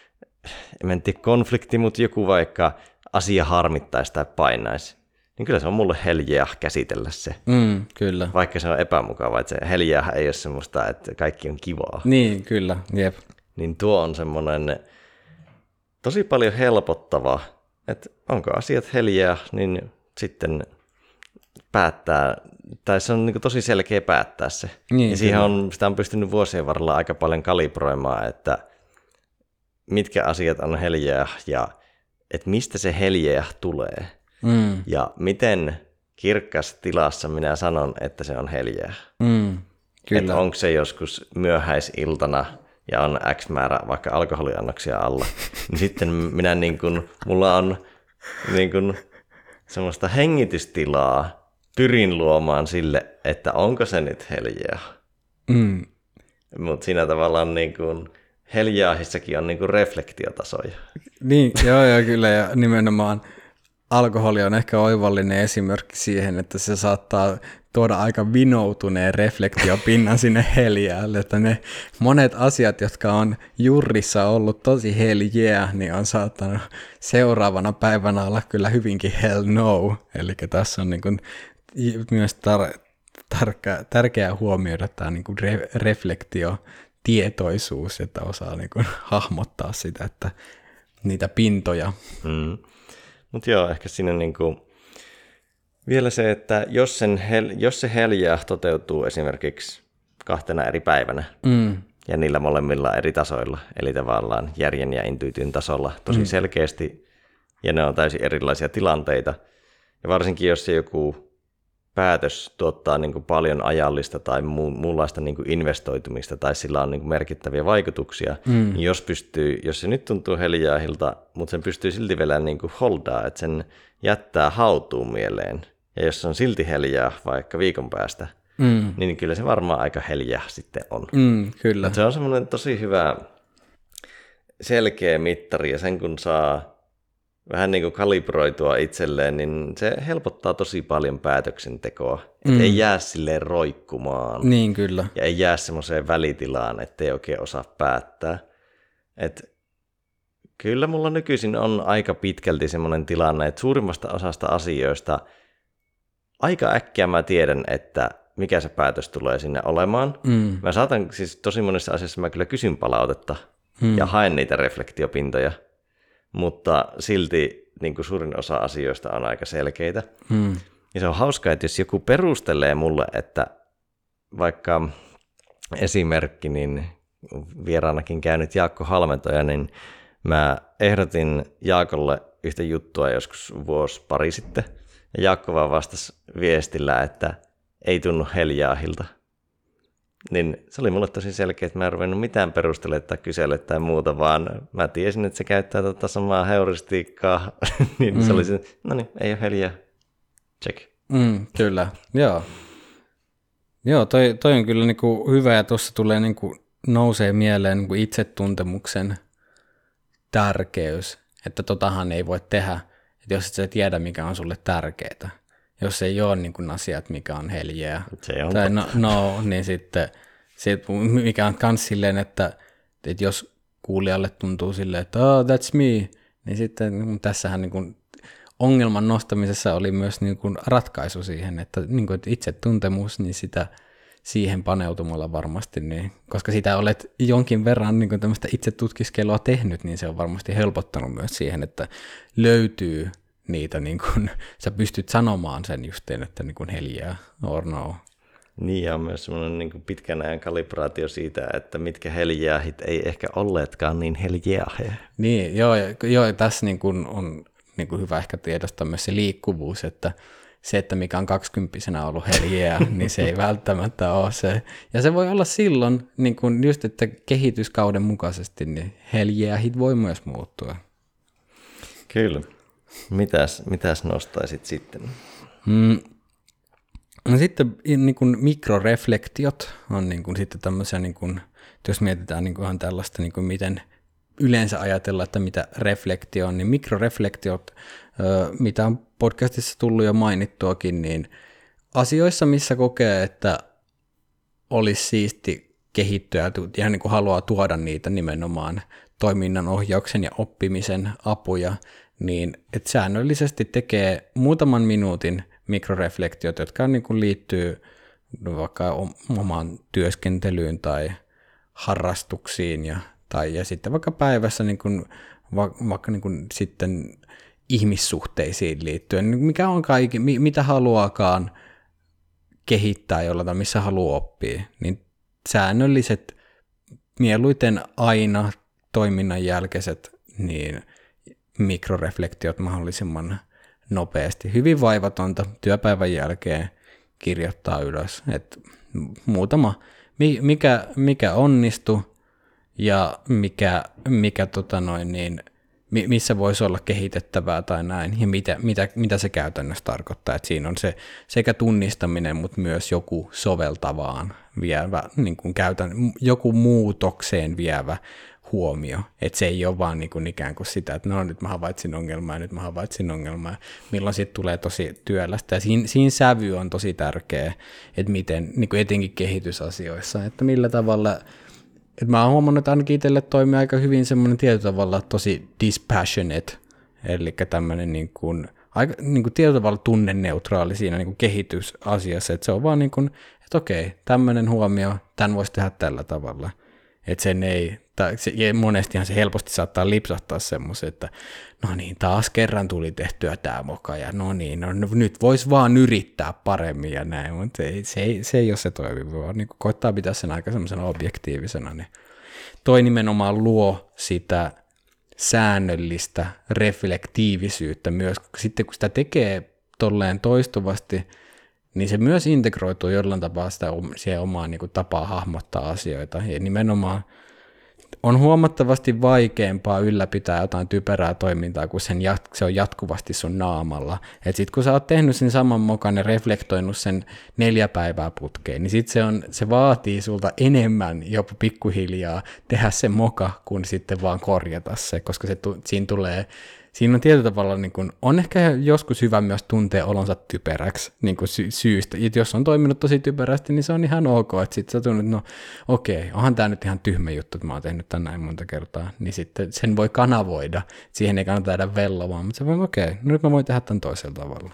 en tiedä konflikti, mutta joku vaikka asia harmittaisi tai painaisi, niin kyllä se on mulle heljeä käsitellä se. Mm, kyllä. Vaikka se on epämukava, että se heljeä ei ole semmoista, että kaikki on kivaa. Niin, kyllä, jep. Niin tuo on semmoinen tosi paljon helpottava, että onko asiat heljeä, niin sitten päättää, tai se on niin kuin tosi selkeä päättää se. Niin, ja siihen on, sitä on pystynyt vuosien varrella aika paljon kalibroimaan, että mitkä asiat on heljeä ja että mistä se heljeä tulee. Mm. Ja miten kirkkaassa tilassa minä sanon, että se on heljeä. Mm, että onko se joskus myöhäisiltana ja on X määrä vaikka alkoholiannoksia alla, niin sitten minä niin kuin, mulla on niin kuin semmoista hengitystilaa, pyrin luomaan sille, että onko se nyt heljeä. Mm. Mutta siinä tavallaan niin kuin heljeähissäkin on niin kuin reflektiotasoja. Niin, joo, joo, kyllä, ja nimenomaan alkoholi on ehkä oivallinen esimerkki siihen, että se saattaa tuoda aika vinoutuneen reflektiopinnan sinne heljeälle, että ne monet asiat, jotka on jurrissa ollut tosi heljeä, niin on saattanut seuraavana päivänä olla kyllä hyvinkin hell no, eli tässä on niin kuin myös tar- tar- tärkeää huomioida tämä niin kuin re- reflektio, tietoisuus, että osaa niin kuin hahmottaa sitä, että niitä pintoja. Mm. Mutta joo, ehkä siinä niinku vielä se, että jos, sen hel, jos se heljeä toteutuu esimerkiksi kahtena eri päivänä mm. ja niillä molemmilla eri tasoilla, eli tavallaan järjen ja intuition tasolla tosi mm. selkeästi, ja ne on täysin erilaisia tilanteita, ja varsinkin jos se joku päätös tuottaa niinku paljon ajallista tai mu- muunlaista niinku investoitumista tai sillä on niinku merkittäviä vaikutuksia, mm. niin jos, pystyy, jos se nyt tuntuu heljeähiltä, mutta sen pystyy silti vielä niinku holdaa, että sen jättää hautuun mieleen, ja jos se on silti heljeä vaikka viikon päästä, mm. niin kyllä se varmaan aika heljeä sitten on. Mm, kyllä. Et se on semmoinen tosi hyvä selkeä mittari, ja sen kun saa vähän niin kuin kalibroitua itselleen, niin se helpottaa tosi paljon päätöksentekoa. Mm. Että ei jää silleen roikkumaan. Niin, kyllä. Ja ei jää semmoiseen välitilaan, ettei oikein osaa päättää. Et kyllä mulla nykyisin on aika pitkälti semmoinen tilanne, että suurimmasta osasta asioista aika äkkiä mä tiedän, että mikä se päätös tulee sinne olemaan. Mm. Mä saatan siis tosi monessa asiassa mä kyllä kysyn palautetta mm. ja haen niitä reflektiopintoja. Mutta silti niin kuin suurin osa asioista on aika selkeitä. Hmm. Ja se on hauskaa, että jos joku perustelee mulle, että vaikka esimerkki, niin vieraanakin käynyt Jaakko Halmentoja, niin mä ehdotin Jaakolle yhtä juttua joskus vuosi pari sitten. Ja Jaakko vaan vastasi viestillä, että ei tunnu heljaahilta. Niin se oli mulle tosi selkeä, että mä en ruvennut mitään perustelemaan tai kysellä tai muuta, vaan mä tiesin, että se käyttää tota samaa heuristiikkaa, niin mm. se oli se, no niin, ei ole heljää, check. Mm, kyllä, joo. Joo, toi, toi on kyllä niinku hyvä, ja tuossa tulee niinku, nousee mieleen niinku itsetuntemuksen tärkeys, että totahan ei voi tehdä, että jos et sä tiedä, mikä on sulle tärkeää. Jos ei ole niin kuin asiat, mikä on heljeä, se on tai no, no, niin sitten se, mikä on kans silleen, että, että jos kuulijalle tuntuu silleen, että oh, that's me, niin sitten tässähän niin kuin ongelman nostamisessa oli myös niin kuin ratkaisu siihen, että, niin kuin, että itsetuntemus, niin sitä siihen paneutumalla varmasti, niin, koska sitä olet jonkin verran niin kuin tämmöistä itsetutkiskelua tehnyt, niin se on varmasti helpottanut myös siihen, että löytyy niitä, niin kuin, sä pystyt sanomaan sen justiin, että niin kuin heljää or no. Niin, ja on myös semmoinen niin kuin pitkän ajan kalibraatio siitä, että mitkä heljäähit ei ehkä olleetkaan niin heljäähe. Niin, joo, joo tässä niin kuin on niin kuin hyvä ehkä tiedostaa myös se liikkuvuus, että se, että mikä on kaksikymppisenä ollut heljää, niin se ei välttämättä ole se. Ja se voi olla silloin, niin kuin just, että kehityskauden mukaisesti, niin heljäähit voi myös muuttua. Kyllä. Mitäs, mitäs nostaisit sitten? Mm. No sitten niin kuin mikroreflektiot on niin kuin sitten tämmöisiä, niin kuin, jos mietitään niin kuin ihan tällaista, niin kuin miten yleensä ajatellaan, että mitä reflektio on, niin mikroreflektiot, mitä on podcastissa tullut jo mainittuakin, niin asioissa, missä kokee, että olisi siisti kehittyä ja niin kuin haluaa tuoda niitä nimenomaan toiminnan ohjauksen ja oppimisen apuja, niin että säännöllisesti tekee muutaman minuutin mikroreflektiot, jotka niin kuin liittyy vaikka omaan työskentelyyn tai harrastuksiin ja, tai, ja sitten vaikka päivässä niin kuin, va, vaikka niin kuin sitten ihmissuhteisiin liittyen, mikä on kaikki, mitä haluaakaan kehittää jollain, missä haluaa oppia, niin säännölliset, mieluiten aina toiminnan jälkeiset, niin mikroreflektiot mahdollisimman nopeasti. Hyvin vaivatonta työpäivän jälkeen kirjoittaa ylös, että muutama, mikä, mikä onnistui ja mikä, mikä tota noin, niin, missä voisi olla kehitettävää tai näin, ja mitä, mitä, mitä se käytännössä tarkoittaa. Että siinä on se sekä tunnistaminen, mutta myös joku soveltavaan vievä, niin kuin käytän, joku muutokseen vievä huomio, että se ei ole vaan niin kuin ikään kuin sitä, että no nyt mä havaitsin ongelmaa ja nyt mä havaitsin ongelmaa, milloin siitä tulee tosi työlästä. Ja siinä, siinä sävy on tosi tärkeä, että miten, niin kuin etenkin kehitysasioissa, että millä tavalla, että mä oon huomannut, että ainakin itselle toimii aika hyvin semmoinen tietyllä tavalla tosi dispassionate, eli tämmöinen niin kuin, aika niin kuin tietyllä tavalla tunneneutraali siinä niin kuin kehitysasiassa, että se on vaan niin kuin, että okei, tämmöinen huomio, tämän voisi tehdä tällä tavalla. Että sen ei, tai se, ja monestihan se helposti saattaa lipsahtaa semmoisen, että no niin, taas kerran tuli tehtyä tämä moka, ja no niin, no, no, nyt voisi vaan yrittää paremmin ja näin, mutta se, se, ei, se ei ole se toivi, vaan niin koittaa pitää sen aika semmoisena objektiivisena, niin toi nimenomaan luo sitä säännöllistä reflektiivisyyttä myös, sitten kun sitä tekee tolleen toistuvasti, niin se myös integroituu jollain tapaa sitä siihen omaan niin kuin tapaa hahmottaa asioita. Ja nimenomaan on huomattavasti vaikeampaa ylläpitää jotain typerää toimintaa, kun sen jat- se on jatkuvasti sun naamalla. Et sit kun sä oot tehnyt sen saman mokan ja reflektoinut sen neljä päivää putkeen, niin sit se, on, se vaatii sulta enemmän jopa pikkuhiljaa tehdä se moka, kun sitten vaan korjata se, koska se tu- siinä tulee... Siinä on tietyllä tavalla, niin kun, on ehkä joskus hyvä myös tuntea olonsa typeräksi niin kun sy- syystä. Et jos on toiminut tosi typerästi, niin se on ihan ok. Että sitten sä tunnet, no okei, onhan tämä nyt ihan tyhmä juttu, että mä oon tehnyt tämän näin monta kertaa. Niin sitten sen voi kanavoida. Siihen ei kannata jäädä vellomaan, mutta se voi, okei, no nyt mä voin tehdä tämän toisella tavalla.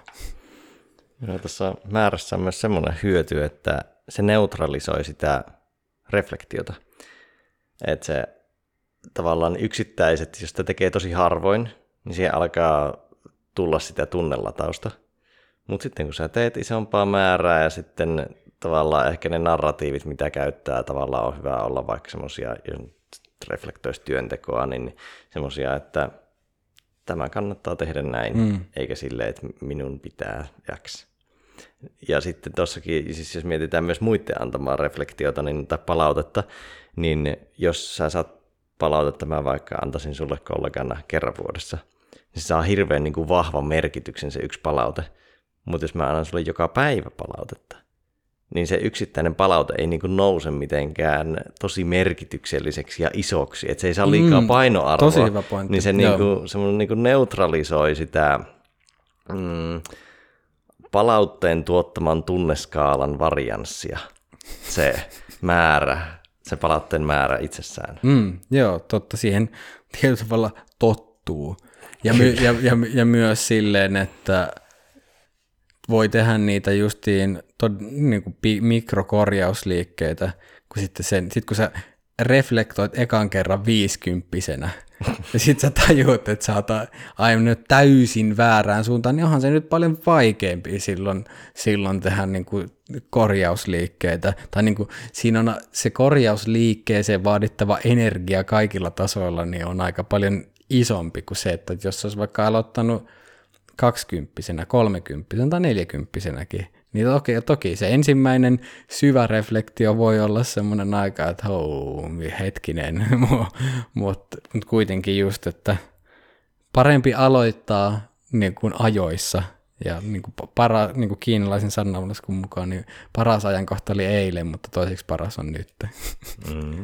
Ja tuossa määrässä on myös semmoinen hyöty, että se neutralisoi sitä reflektiota. Että se tavallaan yksittäiset, jos sitä tekee tosi harvoin, niin siihen alkaa tulla sitä tunnelatausta. Mutta sitten kun sä teet isompaa määrää ja sitten tavallaan ehkä ne narratiivit, mitä käyttää, tavallaan on hyvä olla vaikka semmoisia, jos reflektoisi työntekoa, niin semmoisia, että tämä kannattaa tehdä näin, mm. eikä silleen, että minun pitää X. Ja sitten tuossakin, siis jos mietitään myös muiden antamaa reflektiota niin, tai palautetta, niin jos sä saat palautetta, mä vaikka antaisin sulle kollegana kerran vuodessa, niin se saa hirveän niin kuin vahvan merkityksen se yksi palaute. Mutta jos mä annan sulle joka päivä palautetta, niin se yksittäinen palaute ei niin kuin nouse mitenkään tosi merkitykselliseksi ja isoksi. Että se ei saa liikaa painoarvoa. Tosi hyvä pointti. Niin se niin kuin, niin kuin neutralisoi sitä mm, palautteen tuottaman tunneskaalan varianssia, se määrä. Se palautteen määrä itsessään. Mm, joo, totta. Siihen tietyllä tavalla tottuu. Ja, my, ja, ja, ja myös silleen, että voi tehdä niitä justiin tod, niin kuin pi, mikrokorjausliikkeitä, kun sitten sen, sit kun sä reflektoit ekan kerran viisikymppisenä, ja sit sä tajuut, että sä oot aivan nyt täysin väärään suuntaan, niin onhan se nyt paljon vaikeampi silloin, silloin tehdä niin kuin korjausliikkeitä. Tai niin kuin, siinä on se korjausliikkeeseen vaadittava energia kaikilla tasoilla, niin on aika paljon isompi kuin se, että jos olisi vaikka aloittanut kaksikymppisenä, kolmekymppisenä tai neljäkymppisenäkin, niin toki, toki se ensimmäinen syvä reflektio voi olla semmoinen aika, että hou, hetkinen, mutta mut kuitenkin just, että parempi aloittaa niin kuin ajoissa, ja niin kuin, para, niin kuin kiinalaisen sananlaskun mukaan, niin paras ajankohta oli eilen, mutta toiseksi paras on nyt. Mm.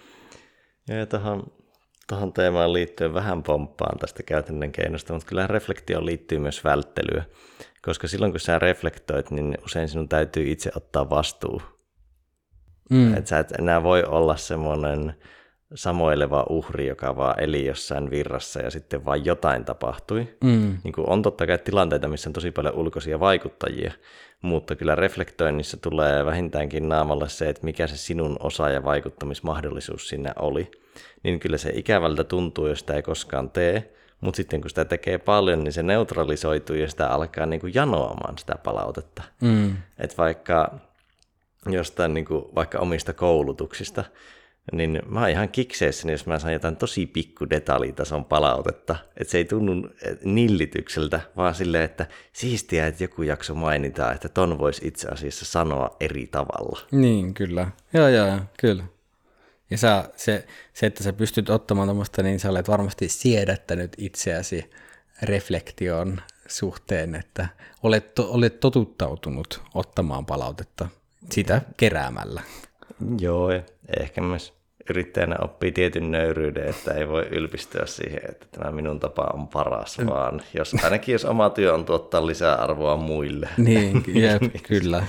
Ja tuohon, tuohon teemaan liittyen vähän pomppaan tästä käytännön keinosta, mutta kyllähän reflektioon liittyy myös välttelyä, koska silloin kun sä reflektoit, niin usein sinun täytyy itse ottaa vastuu. Mm. Että sä et enää voi olla semmoinen samoileva uhri, joka vaan eli jossain virrassa ja sitten vaan jotain tapahtui. Mm. Niin kuin on totta kai tilanteita, missä on tosi paljon ulkoisia vaikuttajia, mutta kyllä reflektoinnissa tulee vähintäänkin naamalle se, että mikä se sinun osa- ja vaikuttamismahdollisuus siinä oli. Niin kyllä se ikävältä tuntuu, jos sitä ei koskaan tee, mutta sitten kun sitä tekee paljon, niin se neutralisoituu ja sitä alkaa niin kuin janoamaan sitä palautetta. Mm. Että vaikka jostain niin kuin, vaikka omista koulutuksista, niin mä oon ihan kikseessäni, jos mä saan jotain tosi pikku detaljitason palautetta. Että se ei tunnu nillitykseltä, vaan silleen, että siistiä, että joku jakso mainitaan, että ton voisi itse asiassa sanoa eri tavalla. Niin, kyllä. Joo, joo, kyllä. Ja sä, se, se, että sä pystyt ottamaan tuommoista, niin sä olet varmasti siedättänyt itseäsi reflektioon suhteen, että olet, to, olet totuttautunut ottamaan palautetta sitä keräämällä. Joo, ja ehkä myös yrittäjänä oppii tietyn nöyryyden, että ei voi ylpistyä siihen, että tämä minun tapa on paras, vaan jos, ainakin jos oma työ on tuottaa lisää arvoa muille. Niin, jep, kyllä.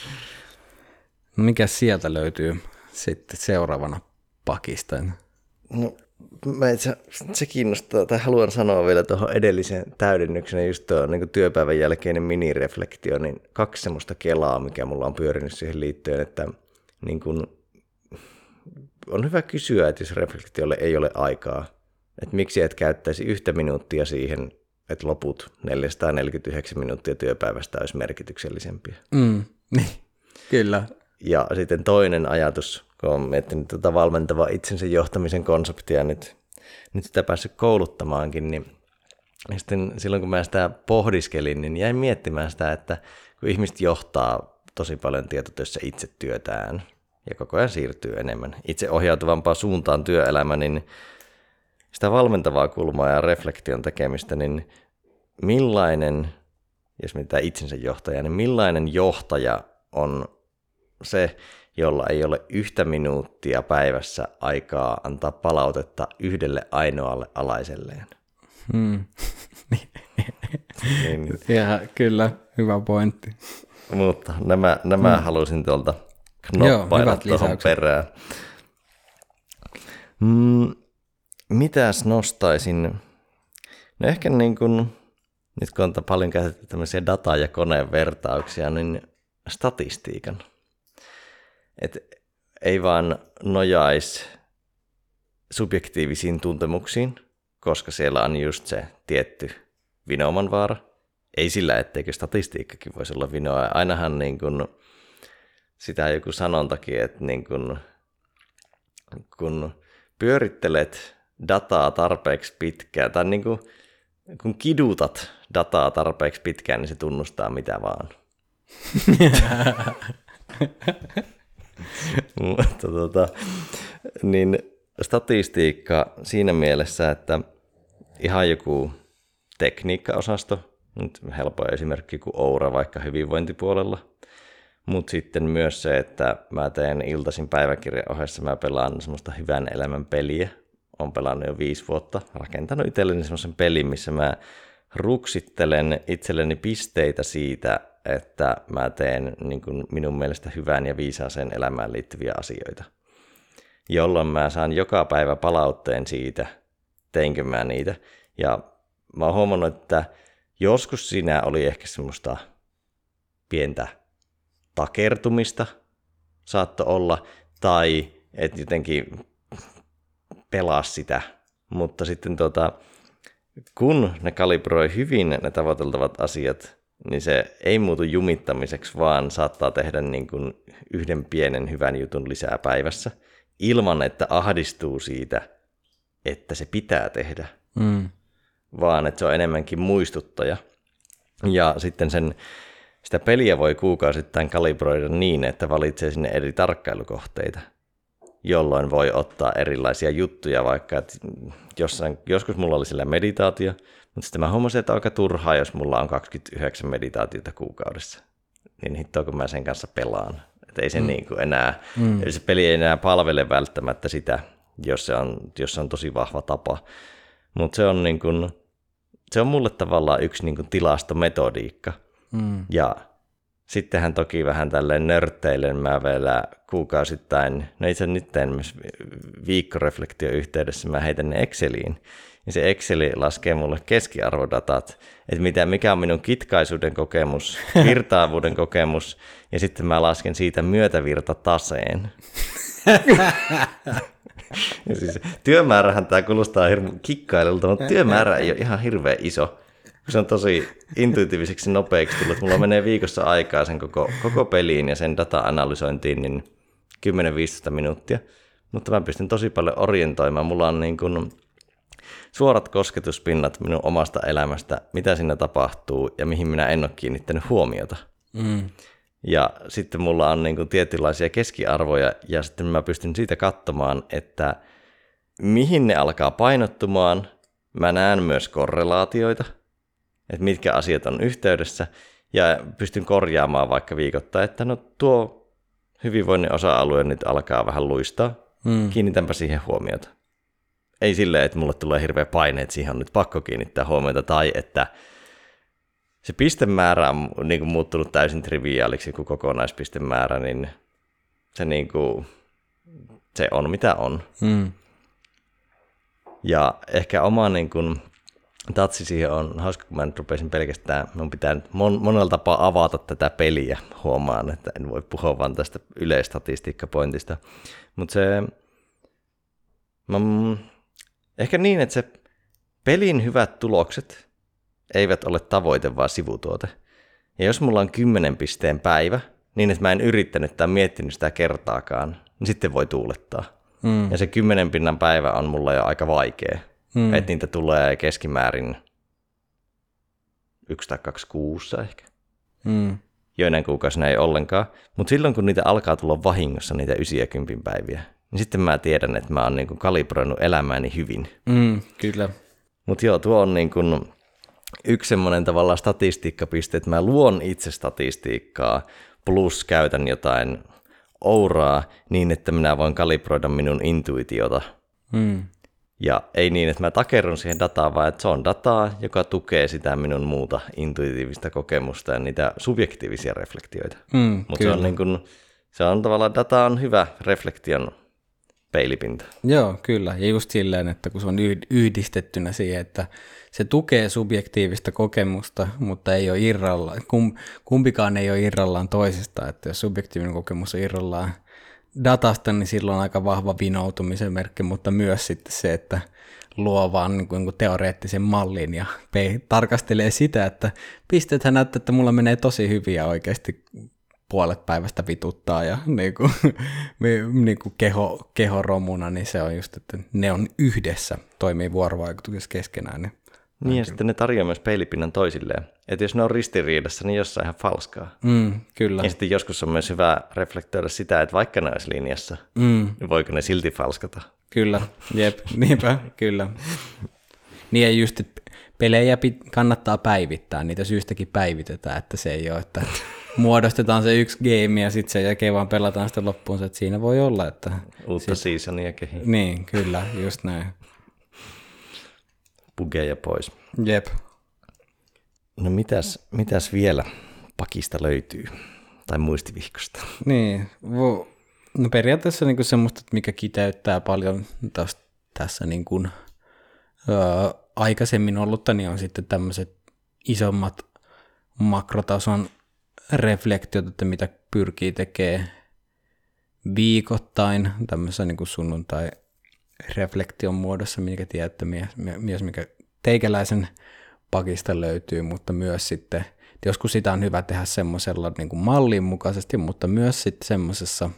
No mikäs sieltä löytyy sitten seuraavana pakista? No, mä se, se kiinnostaa, tai haluan sanoa vielä tuohon edelliseen täydennyksenä, just tuo niin työpäivän jälkeinen minireflektio, niin kaksi semmoista kelaa, mikä mulla on pyörinyt siihen liittyen, että niin kun, on hyvä kysyä, että jos reflektiolle ei ole aikaa, että miksi et käyttäisi yhtä minuuttia siihen, että loput neljäsataaneljäkymmentäyhdeksän minuuttia työpäivästä olisi merkityksellisempiä. Mm, niin, kyllä. Ja sitten toinen ajatus, kun olen miettinyt tätä valmentavaa itsensä johtamisen konseptia nyt, nyt sitä päässyt kouluttamaankin, niin sitten silloin kun mä sitä pohdiskelin, niin jäin miettimään sitä, että kun ihmiset johtaa tosi paljon tietotyössä itse työtään ja koko ajan siirtyy enemmän itse ohjautuvampaan suuntaan työelämä, niin sitä valmentavaa kulmaa ja reflektion tekemistä, niin millainen, jos mietitään itsensä johtaja, niin millainen johtaja on se, jolla ei ole yhtä minuuttia päivässä aikaa antaa palautetta yhdelle ainoalle alaiselleen. Hmm. niin, ja, kyllä, hyvä pointti. Mutta nämä, nämä hmm. halusin tuolta knoppailla tuohon perään. Mm, mitäs nostaisin? No ehkä niin kuin, nyt kun on paljon käytetty tämmöisiä data- ja konevertauksia, niin statistiikan. Et ei vaan nojaisi subjektiivisiin tuntemuksiin, koska siellä on just se tietty vinouman vaara. Ei sillä, etteikö statistiikkakin voisi olla vinoa. Ainahan niin kun, sitä joku sanontakin, että niin kun, kun pyörittelet dataa tarpeeksi pitkään, tai niin kun, kun kidutat dataa tarpeeksi pitkään, niin se tunnustaa mitä vaan. Mutta tota, niin statistiikka siinä mielessä, että ihan joku tekniikkaosasto, nyt helpoin esimerkki kuin Oura vaikka hyvinvointipuolella, mutta sitten myös se, että mä teen iltaisin päiväkirjan ohessa, mä pelaan semmoista hyvän elämän peliä, olen pelannut jo viisi vuotta, rakentanut itselleni semmoisen pelin, missä mä ruksittelen itselleni pisteitä siitä, että mä teen niin kuin minun mielestä hyvään ja viisaaseen elämään liittyviä asioita, jolloin mä saan joka päivä palautteen siitä, teinkö mä niitä. Ja mä oon huomannut, että joskus siinä oli ehkä semmoista pientä takertumista, saattoi olla, tai että jotenkin pelaa sitä, mutta sitten tota, kun ne kalibroi hyvin ne tavoiteltavat asiat, niin se ei muutu jumittamiseksi, vaan saattaa tehdä niin kuin yhden pienen hyvän jutun lisää päivässä, ilman että ahdistuu siitä, että se pitää tehdä, mm. vaan että se on enemmänkin muistuttaja. Ja sitten sen, sitä peliä voi kuukausittain kalibroida niin, että valitsee sinne eri tarkkailukohteita, jolloin voi ottaa erilaisia juttuja, vaikka että jossain, joskus mulla oli sillä meditaatio, mutta sitten mä huomasin, että on aika turhaa, jos mulla on kaksikymmentäyhdeksän meditaatiota kuukaudessa, niin hittoa kun mä sen kanssa pelaan. Että ei se, mm. niin kuin enää, mm. se peli ei enää palvele välttämättä sitä, jos se on, jos se on tosi vahva tapa, mutta se on, niin kuin, se on mulle tavallaan yksi niin kuin tilastometodiikka, mm. ja sittenhän toki vähän tälleen nörtteilen mä vielä kuukausittain, no itse nyt myös viikkoreflektio-yhteydessä mä heitän ne Exceliin, ja se Exceli laskee mulle keskiarvodatat, että mitä, mikä on minun kitkaisuuden kokemus, virtaavuuden kokemus, ja sitten mä lasken siitä myötävirtataseen. Ja siis, työmäärähän tämä kuulostaa hirveän kikkailulta, mutta työmäärä ei ole ihan hirveän iso. Se on tosi intuitiiviseksi nopeaksi tullut. Mulla menee viikossa aikaa sen koko, koko peliin ja sen data-analysointiin niin kymmenen viisitoista minuuttia. Mutta mä pystyn tosi paljon orientoimaan. Mulla on niin kuin suorat kosketuspinnat minun omasta elämästä, mitä siinä tapahtuu ja mihin minä en ole kiinnittänyt huomiota. Mm. Ja sitten mulla on niin kuin tietynlaisia keskiarvoja ja sitten mä pystyn siitä katsomaan, että mihin ne alkaa painottumaan. Mä näen myös korrelaatioita, että mitkä asiat on yhteydessä ja pystyn korjaamaan vaikka viikoittain, että no tuo hyvinvoinnin osa-alue nyt alkaa vähän luistaa. Mm. Kiinnitänpä siihen huomiota. Ei silleen, että mulle tulee hirveä paine, että siihen on nyt pakko kiinnittää huomiota tai että se pistemäärä on niin kuin muuttunut täysin triviaaliksi kuin kokonaispistemäärä, niin se, niin kuin, se on mitä on. Mm. Ja ehkä oma niin kuin, tatsi siihen on hauska, kun mä nyt rupesin pelkästään, mun pitää nyt mon, monella tapaa avata tätä peliä, huomaan, että en voi puhua vaan tästä yleistatistiikkapointista. Mutta se, mä, ehkä niin, että se pelin hyvät tulokset eivät ole tavoite, vaan sivutuote. Ja jos mulla on kymmenen pisteen päivä, niin että mä en yrittänyt tai miettinyt sitä kertaakaan, niin sitten voi tuulettaa. Mm. Ja se kymmenen pinnan päivä on mulla jo aika vaikea. Mm. Että niitä tulee keskimäärin yksi tai kaksi kuussa ehkä. Mm. Joinain kuukausina ei ollenkaan. Mutta silloin kun niitä alkaa tulla vahingossa, niitä ysi- ja kympin päiviä, niin sitten mä tiedän, että mä oon niinku kalibroinut elämääni hyvin. Mm, kyllä. Mutta joo, tuo on niinku yksi semmoinen tavallaan statistiikkapiste, että mä luon itse statistiikkaa plus käytän jotain ouraa niin, että minä voin kalibroida minun intuitiota. Mm. Ja ei niin, että mä takerrun siihen dataan, vaan että se on dataa, joka tukee sitä minun muuta intuitiivista kokemusta ja niitä subjektiivisia reflektioita. Mm, Mutta se on, niin kun, se on tavallaan, data on hyvä reflektion peilipinta. Joo, kyllä. Ja just silleen, että kun se on yhdistettynä siihen, että se tukee subjektiivista kokemusta, mutta ei ole irrallaan. Kum, kumpikaan ei ole irrallaan toisesta. Että jos subjektiivinen kokemus on irrallaan datasta, niin silloin on aika vahva vinoutumisen merkki, mutta myös sitten se, että luo vaan niin kuin teoreettisen mallin ja pe- tarkastelee sitä, että pisteethän näyttää, että mulla menee tosi hyvin ja oikeasti puolet päivästä vituttaa ja niin kuin, niin kuin keho, kehoromuna, niin se on just, että ne on yhdessä, toimii vuorovaikutuksessa keskenään. Niin, niin ja sitten ne tarjoaa myös peilipinnan toisilleen. Että jos ne on ristiriidassa, niin jossain ihan falskaa. Mm, kyllä. Ja sitten joskus on myös hyvä reflektoida sitä, että vaikka ne olisi linjassa, mm. niin voiko ne silti falskata. Kyllä, jep, niinpä, kyllä. Niin ja just, että pelejä pit- kannattaa päivittää, niitä syystäkin päivitetään, että se ei ole, että muodostetaan se yksi game ja sitten sen jälkeen vaan pelataan sitä loppuun, että siinä voi olla, että uutta sit seasonia kehiin. Niin, kyllä, just näin. Bugeja pois. Jep. No mitäs, mitäs vielä pakista löytyy, tai muistivihkosta? Niin, vo, no periaatteessa niin kuin semmoista, mikä kiteyttää paljon tästä, tässä niin kuin, öö, aikaisemmin ollutta, niin on sitten tämmöiset isommat makrotason reflektiot, että mitä pyrkii tekemään viikoittain tämmöisessä niin kuin sunnuntai-reflektion muodossa, minkä tiedätte myös, mikä teikäläisen pakista löytyy, mutta myös sitten, joskus sitä on hyvä tehdä semmoisella niin kuin mallin mukaisesti, mutta myös sitten semmoisessa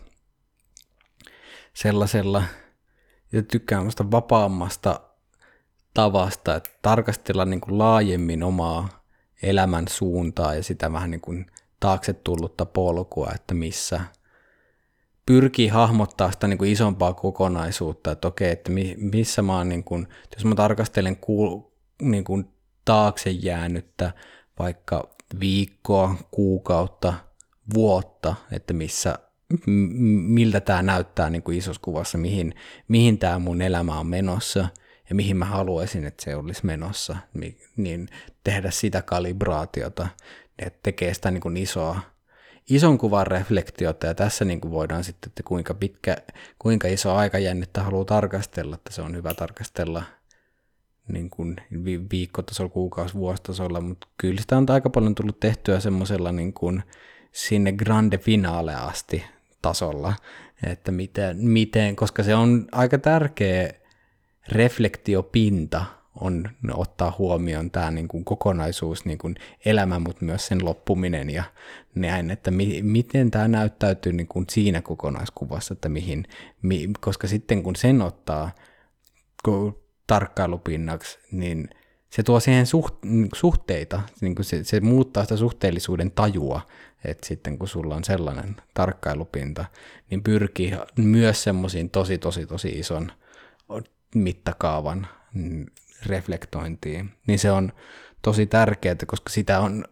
sellaisella, ja tykkään vapaammasta tavasta, että tarkastella niin kuin laajemmin omaa elämän suuntaa ja sitä vähän niin kuin taakse tullutta polkua, että missä pyrkii hahmottaa sitä niin kuin isompaa kokonaisuutta, että okei, että missä mä oon, niin kuin, jos mä tarkastelen kuul, niin kuin taakse jäänyttä vaikka viikkoa, kuukautta, vuotta, että missä, miltä tämä näyttää niin kuin isossa kuvassa, mihin, mihin tämä mun elämä on menossa ja mihin mä haluaisin, että se olisi menossa, niin tehdä sitä kalibraatiota, että tekee sitä niin kuin isoa, ison kuvan reflektiota, ja tässä niin kuin voidaan sitten, että kuinka pitkä, kuinka iso aikajännettä haluaa tarkastella, että se on hyvä tarkastella niin kuin vi- viikkotasolla, kuukausi, vuositasolla, mutta kyllä sitä on aika paljon tullut tehtyä semmoisella niin kuin sinne grande finale asti tasolla, että miten, miten, koska se on aika tärkeä reflektiopinta on ottaa huomioon tämä niin kuin kokonaisuus, niin kuin elämä, mutta myös sen loppuminen ja näin, että mi- miten tämä näyttäytyy niin kuin siinä kokonaiskuvassa, että mihin, mi- koska sitten kun sen ottaa tarkkailupinnaksi, niin se tuo siihen suht, suhteita, niin kuin se, se muuttaa sitä suhteellisuuden tajua, että sitten kun sulla on sellainen tarkkailupinta, niin pyrkii myös semmoisiin tosi, tosi, tosi ison mittakaavan reflektointiin, niin se on tosi tärkeää, koska sitä on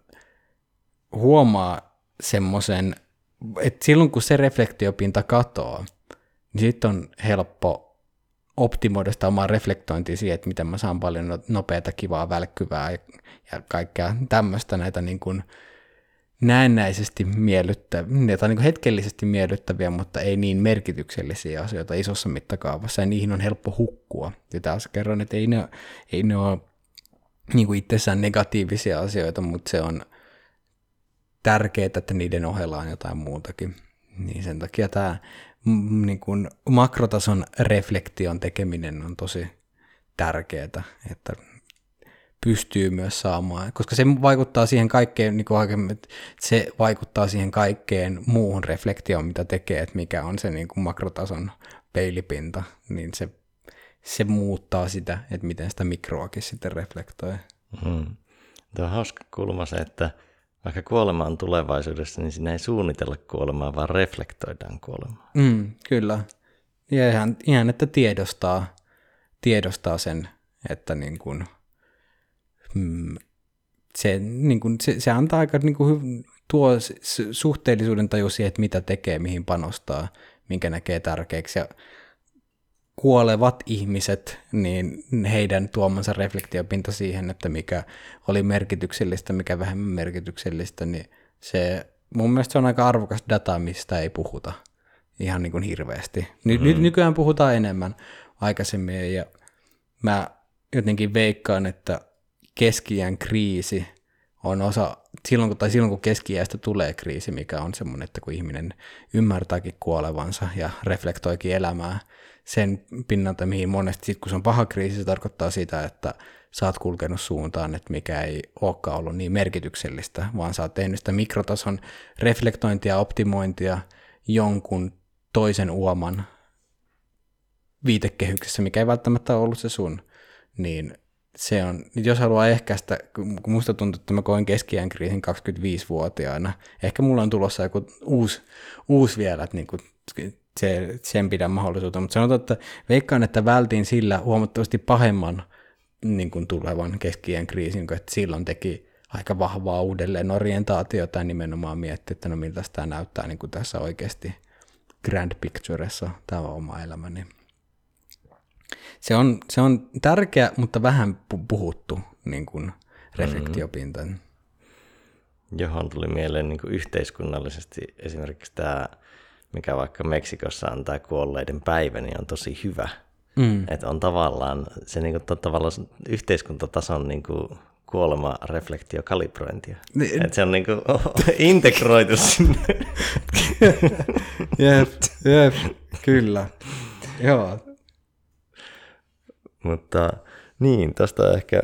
huomaa semmoisen, että silloin kun se reflektiopinta katoaa, niin sitten on helppo optimoida sitä omaa reflektointia siihen, että miten mä saan paljon nopeata, kivaa, välkkyvää ja, ja kaikkea tämmöistä näitä niin kuin näennäisesti miellyttäviä, joita niin kuin hetkellisesti miellyttäviä, mutta ei niin merkityksellisiä asioita isossa mittakaavassa, ja niihin on helppo hukkua. Ja taas kerron, että ei ne, ei ne ole niin kuin itsessään negatiivisia asioita, mutta se on tärkeää, että niiden ohella on jotain muutakin. Niin sen takia tämä niin kuin makrotason reflektion tekeminen on tosi tärkeää, että pystyy myös saamaan, koska se vaikuttaa siihen kaikkeen, niin kuin aikaisemmin, se vaikuttaa siihen kaikkeen muuhun reflektioon, mitä tekee, että mikä on se niin kuin makrotason peilipinta, niin se, se muuttaa sitä, että miten sitä mikroakin sitten reflektoi. Mm. Tuo on hauska kulma se, että vaikka kuolema on tulevaisuudessa, niin siinä ei suunnitella kuolemaa, vaan reflektoidaan kuolemaa. Mm, kyllä. Ja ihan, ihan että tiedostaa, tiedostaa sen, että niin kuin Se, niin kuin, se, se antaa aika niin kuin, tuo suhteellisuuden taju siihen, että mitä tekee, mihin panostaa, minkä näkee tärkeäksi. Ja kuolevat ihmiset, niin heidän tuomansa reflektiopinta siihen, että mikä oli merkityksellistä, mikä vähemmän merkityksellistä, niin se, mun mielestä se on aika arvokas data, mistä ei puhuta ihan niin kuin hirveästi. Ny, mm. Nyt nykyään puhutaan enemmän aikaisemmin, ja mä jotenkin veikkaan, että keski-iän kriisi on osa, silloin kun, tai silloin kun keski-iästä tulee kriisi, mikä on semmoinen, että kun ihminen ymmärtääkin kuolevansa ja reflektoikin elämää sen pinnalta, mihin monesti sit, kun se on paha kriisi, se tarkoittaa sitä, että sä oot kulkenut suuntaan, että mikä ei olekaan ollut niin merkityksellistä, vaan sä oot tehnyt sitä mikrotason reflektointia ja optimointia jonkun toisen uoman viitekehyksessä, mikä ei välttämättä ole ollut se sun, niin se on, jos haluaa ehkäistä, kun musta tuntuu, että mä koin keski-iän kriisin kaksikymmentäviisivuotiaana, ehkä mulla on tulossa joku uusi, uusi vielä, että niinku se, sen pidän mahdollisuutta, mutta sanotaan, että veikkaan, että vältin sillä huomattavasti pahemman niin kuin tulevan keski-iän kriisin, että silloin teki aika vahvaa uudelleen orientaatiota ja nimenomaan mietti, että no miltä tämä näyttää niin kuin tässä oikeasti grand picturessa tämä oma elämäni. Se on, se on tärkeä, mutta vähän puhuttu niin kuin reflektiopinta. Mm. Johon tuli mieleen niin kuin yhteiskunnallisesti esimerkiksi tämä, mikä vaikka Meksikossa on tämä kuolleiden päivä, niin on tosi hyvä. Mm. Että on tavallaan se niin kuin, tavallaan yhteiskuntatason niin kuin kuolema, reflektio, kalibrointia. Niin, että se on niin kuin integroitu sinne. Jep, jep, kyllä. Joo. Mutta niin, tuosta ehkä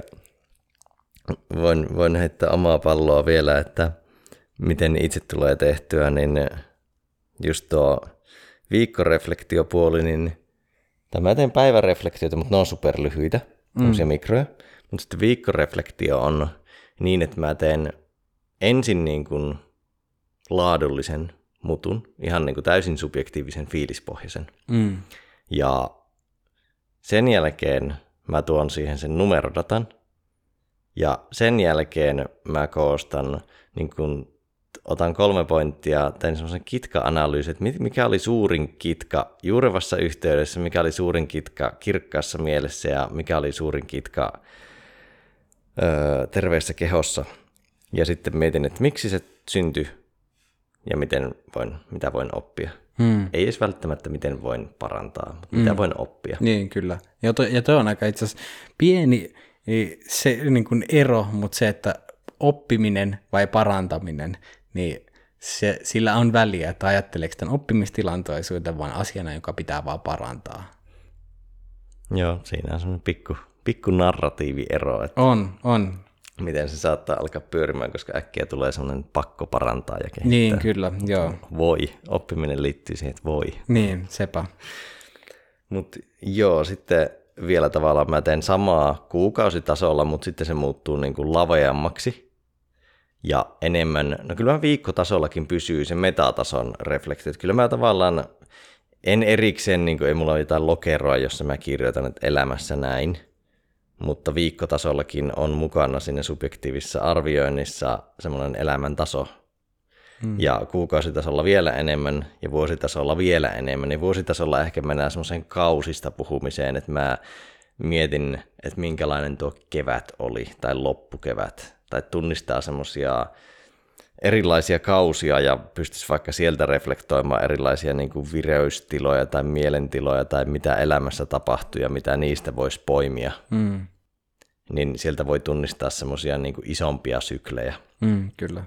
voin, voin heittää omaa palloa vielä, että miten itse tulee tehtyä, niin just tuo viikkoreflektiopuoli, niin mä teen päiväreflektioita, mutta ne on superlyhyitä, tämmöisiä mm. mikroja. Mutta sitten viikkoreflektio on niin, että mä teen ensin niin kuin laadullisen mutun, ihan niin kuin täysin subjektiivisen fiilispohjaisen. Mm. Ja sen jälkeen mä tuon siihen sen numerodatan. Ja sen jälkeen mä koostan, niin kun otan kolme pointtia, tein semmoisen kitka-analyysin, että mikä oli suurin kitka juurevassa yhteydessä, mikä oli suurin kitka kirkkaassa mielessä ja mikä oli suurin kitka öö, terveessä kehossa. Ja sitten mietin, että miksi se syntyi ja miten voin, mitä voin oppia. Hmm. Ei edes välttämättä miten voin parantaa, mutta hmm. mitä voin oppia. Niin, kyllä. Ja toi, ja toi on aika itse asiassa pieni se niin kuin ero, mutta se, että oppiminen vai parantaminen, niin se, sillä on väliä, että ajatteleeko tämän oppimistilantoisuuden vaan asiana, joka pitää vaan parantaa. Joo, siinä on semmoinen pikku, pikku narratiiviero. Että on, on. Miten se saattaa alkaa pyörimään, koska äkkiä tulee semmoinen pakko parantaa ja kehittää. Niin, kyllä, joo. Voi, oppiminen liittyy siihen, että voi. Niin, sepä. Mutta joo, sitten vielä tavallaan mä teen samaa kuukausitasolla, mutta sitten se muuttuu niin kuin laveammaksi ja enemmän, no kyllä mä viikkotasollakin pysyy se metatason reflektio, että kyllä mä tavallaan en erikseen, niin kuin ei mulla ole jotain lokeroa, jossa mä kirjoitan, että elämässä näin, mutta viikkotasollakin on mukana sinne subjektiivisessa arvioinnissa semmoinen elämäntaso. Hmm. Ja kuukausitasolla vielä enemmän ja vuositasolla vielä enemmän. Ja vuositasolla ehkä mennään semmoiseen kausista puhumiseen, että mä mietin, että minkälainen tuo kevät oli tai loppukevät. Tai tunnistaa semmoisia erilaisia kausia ja pystyisi vaikka sieltä reflektoimaan erilaisia niin kuin vireystiloja tai mielentiloja tai mitä elämässä tapahtui ja mitä niistä voisi poimia. Hmm. Niin sieltä voi tunnistaa semmoisia niin kuin isompia syklejä. Hmm, kyllä.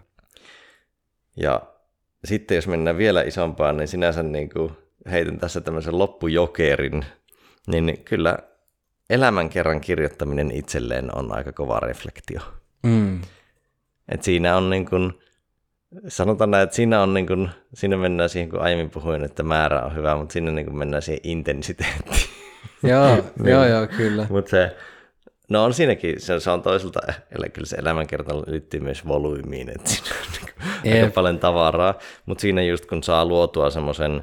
Ja sitten jos mennään vielä isompaan, niin sinänsä niin kuin heitän tässä tämmöisen loppujokerin, niin kyllä elämän kerran kirjoittaminen itselleen on aika kova reflektio. Mm. Et siinä on niin kuin, sanotaan näin, että siinä on niin kuin, siinä mennään siihen, kun aiemmin puhuin, että määrä on hyvä, mutta siinä niin kuin mennään siihen intensiteettiin. Joo, niin. joo, joo, kyllä. Mutta se, no on siinäkin, se, se on toisaalta, eli kyllä se elämänkerta liittyy myös volyymiin, että siinä on niin kuin aika paljon tavaraa, mutta siinä just kun saa luotua semmoisen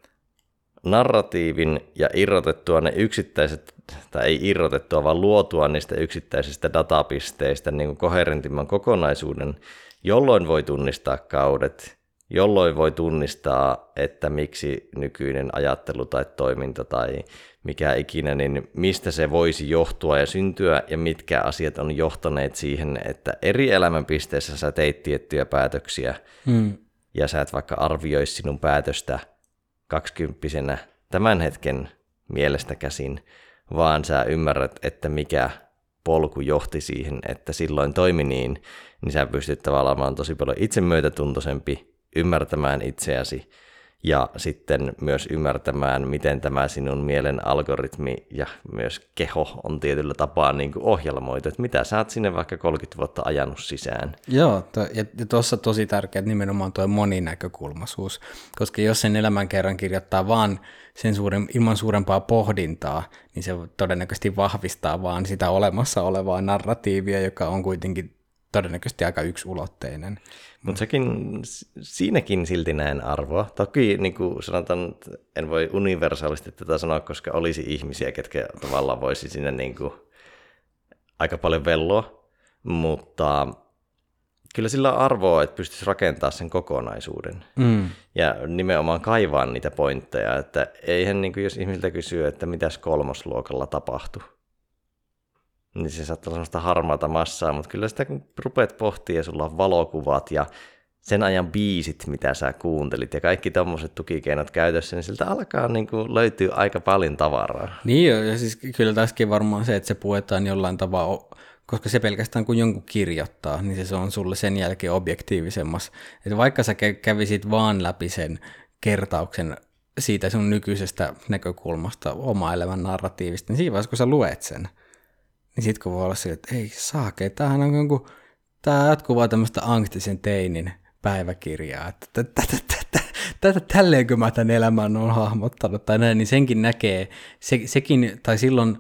narratiivin ja irrotettua ne yksittäiset, tai ei irrotettua, vaan luotua niistä yksittäisistä datapisteistä niin kuin koherentimman kokonaisuuden, jolloin voi tunnistaa kaudet, jolloin voi tunnistaa, että miksi nykyinen ajattelu tai toiminta tai mikä ikinä, niin mistä se voisi johtua ja syntyä ja mitkä asiat on johtaneet siihen, että eri elämänpisteissä sä teit tiettyjä päätöksiä hmm. ja sä et vaikka arvioisi sinun päätöstä kaksikymppisenä tämän hetken mielestä käsin, vaan sä ymmärrät, että mikä polku johti siihen, että silloin toimi niin, niin sä pystyt tavallaan olemaan tosi paljon itsemyötätuntoisempi, ymmärtämään itseäsi ja sitten myös ymmärtämään, miten tämä sinun mielen algoritmi ja myös keho on tietyllä tapaa niin kuin ohjelmoitu, että mitä sä oot sinne vaikka kolmekymmentä vuotta ajanut sisään. Joo, to, ja, ja tuossa tosi tärkeää nimenomaan tuo moninäkökulmaisuus, koska jos sen elämän kerran kirjoittaa vaan sen suuren, ilman suurempaa pohdintaa, niin se todennäköisesti vahvistaa vaan sitä olemassa olevaa narratiivia, joka on kuitenkin todennäköisesti aika yksulotteinen. Mutta sekin, siinäkin silti näen arvoa. Toki niin kuin sanotaan, en voi universaalisti tätä sanoa, koska olisi ihmisiä, ketkä tavallaan voisi sinne niin kuin aika paljon velloa, mutta kyllä sillä on arvoa, että pystyisi rakentamaan sen kokonaisuuden. Mm. Ja nimenomaan kaivaa niitä pointteja, että eihän niin kuin jos ihmisiltä kysyy, että mitäs kolmosluokalla tapahtui, niin se saattaa olla sellaista harmaata massaa, mutta kyllä sitä kun rupeat pohtimaan ja sulla on valokuvat ja sen ajan biisit, mitä sä kuuntelit ja kaikki tommoset tukikeinot käytössä, niin siltä alkaa niin kuin löytyy aika paljon tavaraa. Niin jo, ja siis kyllä tässäkin varmaan se, että se puetaan jollain tavalla, koska se pelkästään kun jonkun kirjoittaa, niin se on sulle sen jälkeen objektiivisemmassa. Että vaikka sä kävisit vaan läpi sen kertauksen siitä sun nykyisestä näkökulmasta oma elämän narratiivista, niin siinä vaiheessa, kun sä luet sen, niin sit kun voi olla sille, että ei saake, tämähän on jonkun, tää jatkuu vaan tämmöistä angstisen teinin päiväkirjaa, että tätä tälleenkö mä tämän elämän on hahmottanut tai näin, niin senkin näkee, se, sekin, tai silloin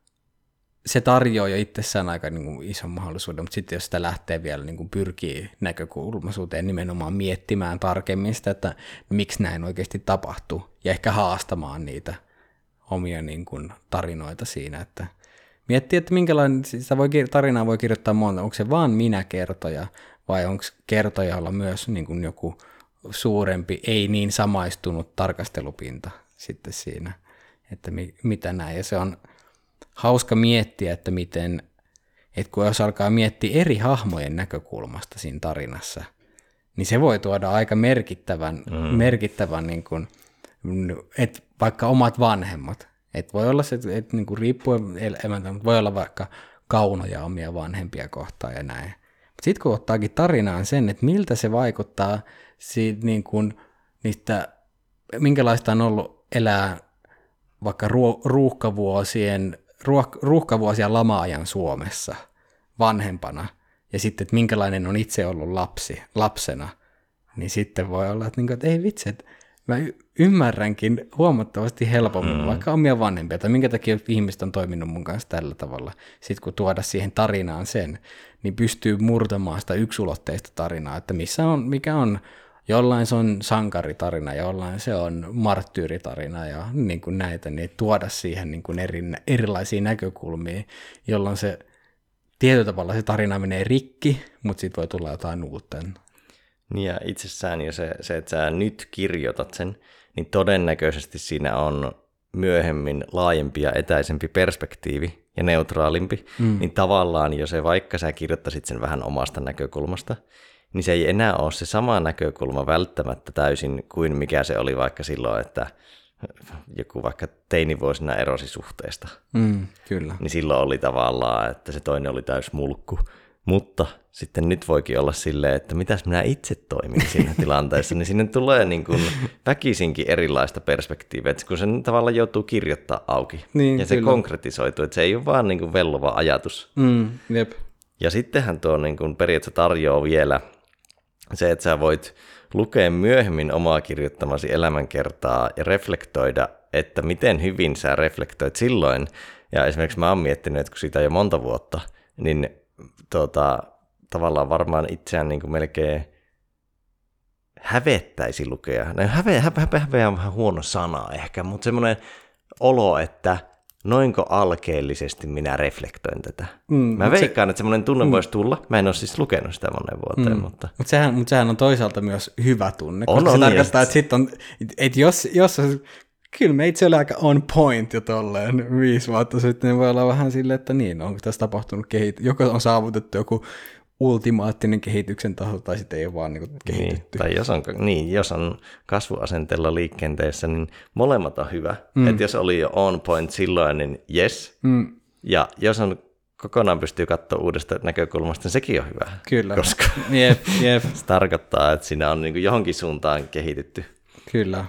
se tarjoaa jo itsessään aika niin kuin ison mahdollisuuden, mutta sitten jos sitä lähtee vielä niin kuin pyrkii näkökulmaisuuteen nimenomaan miettimään tarkemmin sitä, että miksi näin oikeasti tapahtuu, ja ehkä haastamaan niitä omia niin kuin tarinoita siinä, että miettii, että minkälainen sitä voi, tarinaa voi kirjoittaa monta, onko se vaan minä kertoja, vai onko kertojalla myös niin kuin joku suurempi, ei niin samaistunut tarkastelupinta sitten siinä, että mi, mitä näin, ja se on hauska miettiä, että miten, että kun jos alkaa miettiä eri hahmojen näkökulmasta siinä tarinassa, niin se voi tuoda aika merkittävän, mm. merkittävän niin kuin, että vaikka omat vanhemmat, että voi olla se, että niin kuin riippuen elämältä, mutta voi olla vaikka kaunoja omia vanhempia kohtaan ja näin. Sitten kun ottaakin tarinaan sen, että miltä se vaikuttaa siitä niin kuin, niistä, minkälaista on ollut elää vaikka ruuhkavuosien, ruuhkavuosia lama-ajan Suomessa vanhempana, ja sitten, että minkälainen on itse ollut lapsi, lapsena, niin sitten voi olla, että, että ei vitsi, että mä y- ymmärränkin huomattavasti helpommin mm. vaikka omia vanhempia, tai minkä takia ihmiset on toiminut mun kanssa tällä tavalla. Sitten kun tuoda siihen tarinaan sen, niin pystyy murtamaan sitä yksulotteista tarinaa, että missä on, mikä on, jollain se on sankaritarina, jollain se on marttyyritarina ja niin kuin näitä, niin tuoda siihen niin kuin eri, erilaisia näkökulmia, jolloin se tietyllä tavalla se tarina menee rikki, mutta sitten voi tulla jotain uutta. Niin ja itsessään jo se, se, että sä nyt kirjoitat sen, niin todennäköisesti siinä on myöhemmin laajempi ja etäisempi perspektiivi ja neutraalimpi, mm. niin tavallaan jo se, vaikka sä kirjoittasit sen vähän omasta näkökulmasta, niin se ei enää ole se sama näkökulma välttämättä täysin kuin mikä se oli vaikka silloin, että joku vaikka teinivuosina erosi suhteesta. Mm, kyllä. Niin silloin oli tavallaan, että se toinen oli täys mulkku. Mutta sitten nyt voikin olla silleen, että mitäs minä itse toimin siinä tilanteessa, niin sinne tulee niin kuin väkisinkin erilaista perspektiiviä, kun sen tavallaan joutuu kirjoittaa auki. Niin, ja se kyllä. konkretisoituu, että se ei ole vaan niin kuin vellova ajatus. Mm, jep. Ja sittenhän tuo niin kuin periaatteessa tarjoaa vielä se, että sä voit lukea myöhemmin omaa kirjoittamasi elämänkertaa ja reflektoida, että miten hyvin sä reflektoit silloin. Ja esimerkiksi mä oon miettinyt, että kun siitä on jo monta vuotta, niin tuota, tavallaan varmaan itseään niin kuin melkein hävettäisi lukea. No, häve, häve, häve on vähän huono sana ehkä, mutta semmoinen olo, että noinko alkeellisesti minä reflektoin tätä. Mm, mä veikkaan, se, että semmoinen tunne mm. voisi tulla. Mä en ole siis lukenut sitä monen vuoteen. Mm. Mutta Mut sehän, mut sehän on toisaalta myös hyvä tunne, on, koska on, se tarkoittaa, että, sit on, että jos, jos kyllä me itse oli aika on point jo tolleen viisi vuotta sitten, niin voi olla vähän silleen, että niin, onko tässä tapahtunut kehitys, joko on saavutettu joku ultimaattinen kehityksen taso, tai sitten ei ole vaan niin kehitytty. Niin, tai jos on, niin, jos on kasvuasenteella liikenteessä, niin molemmat on hyvä. Mm. Että jos oli jo on point silloin, niin yes. Mm. Ja jos on kokonaan pystyy katsoa uudesta näkökulmasta, niin sekin on hyvä. Kyllä. Koska jep, jep. se tarkoittaa, että siinä on niin kuin johonkin suuntaan kehitytty. Kyllä.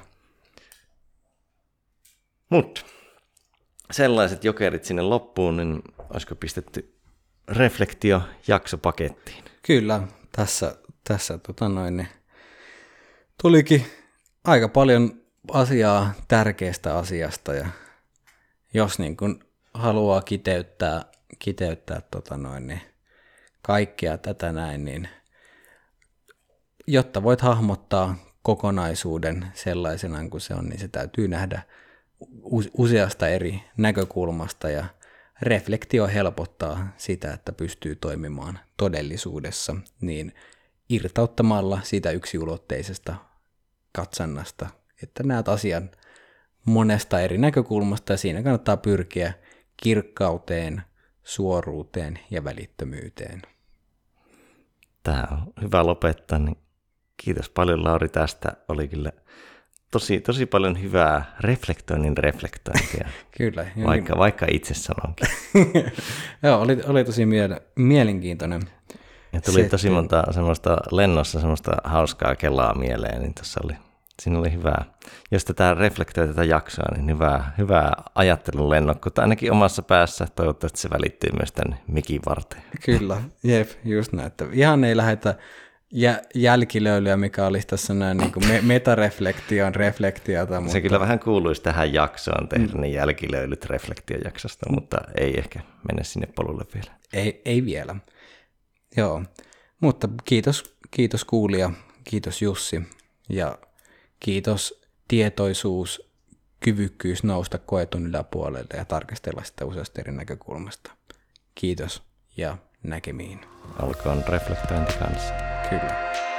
Mutta sellaiset jokerit sinne loppuun, niin olisiko pistetty reflektio-jakso pakettiin? Kyllä, tässä, tässä tota noin, niin tulikin aika paljon asiaa tärkeästä asiasta, ja jos niin kun haluaa kiteyttää, kiteyttää tota noin, niin kaikkea tätä näin, niin jotta voit hahmottaa kokonaisuuden sellaisena kuin se on, niin se täytyy nähdä useasta eri näkökulmasta, ja reflektio helpottaa sitä, että pystyy toimimaan todellisuudessa niin irtauttamalla siitä yksiulotteisesta katsannasta, että näet asian monesta eri näkökulmasta, ja siinä kannattaa pyrkiä kirkkauteen, suoruuteen ja välittömyyteen. Tämä on hyvä lopettaa, niin Kiitos paljon Lauri tästä. Oli kyllä tosi, tosi paljon hyvää reflektoinnin reflektointia. Kyllä. Vaikka, niin... vaikka itse sanonkin. Joo, oli, oli tosi miele- mielenkiintoinen. Ja tuli tosi monta semmoista lennossa semmoista hauskaa kelaa mieleen, niin tuossa oli, siinä oli hyvää. Jos tätä reflektoi tätä jaksoa, niin hyvää, hyvää ajattelun lennokkuutta ainakin omassa päässä. Toivottavasti se välittyy myös tänne mikin varteen. Kyllä, jep, just näin. Että ihan ei lähdetä jä- jälkilöylyä, mikä olisi tässä näin niin kuin me- metareflektion reflektiota. Mutta... Se kyllä vähän kuuluisi tähän jaksoon tehdä mm. ne jälkilöylyt reflektiojaksosta, mutta ei ehkä mene sinne polulle vielä. Ei, ei vielä. Joo, mutta kiitos, kiitos kuulija, kiitos Jussi ja kiitos tietoisuus, kyvykkyys nousta koetun yläpuolelle ja tarkastella sitä useasta eri näkökulmasta. Kiitos ja näkemiin. Olkoon reflektointi kanssa. Kyllä.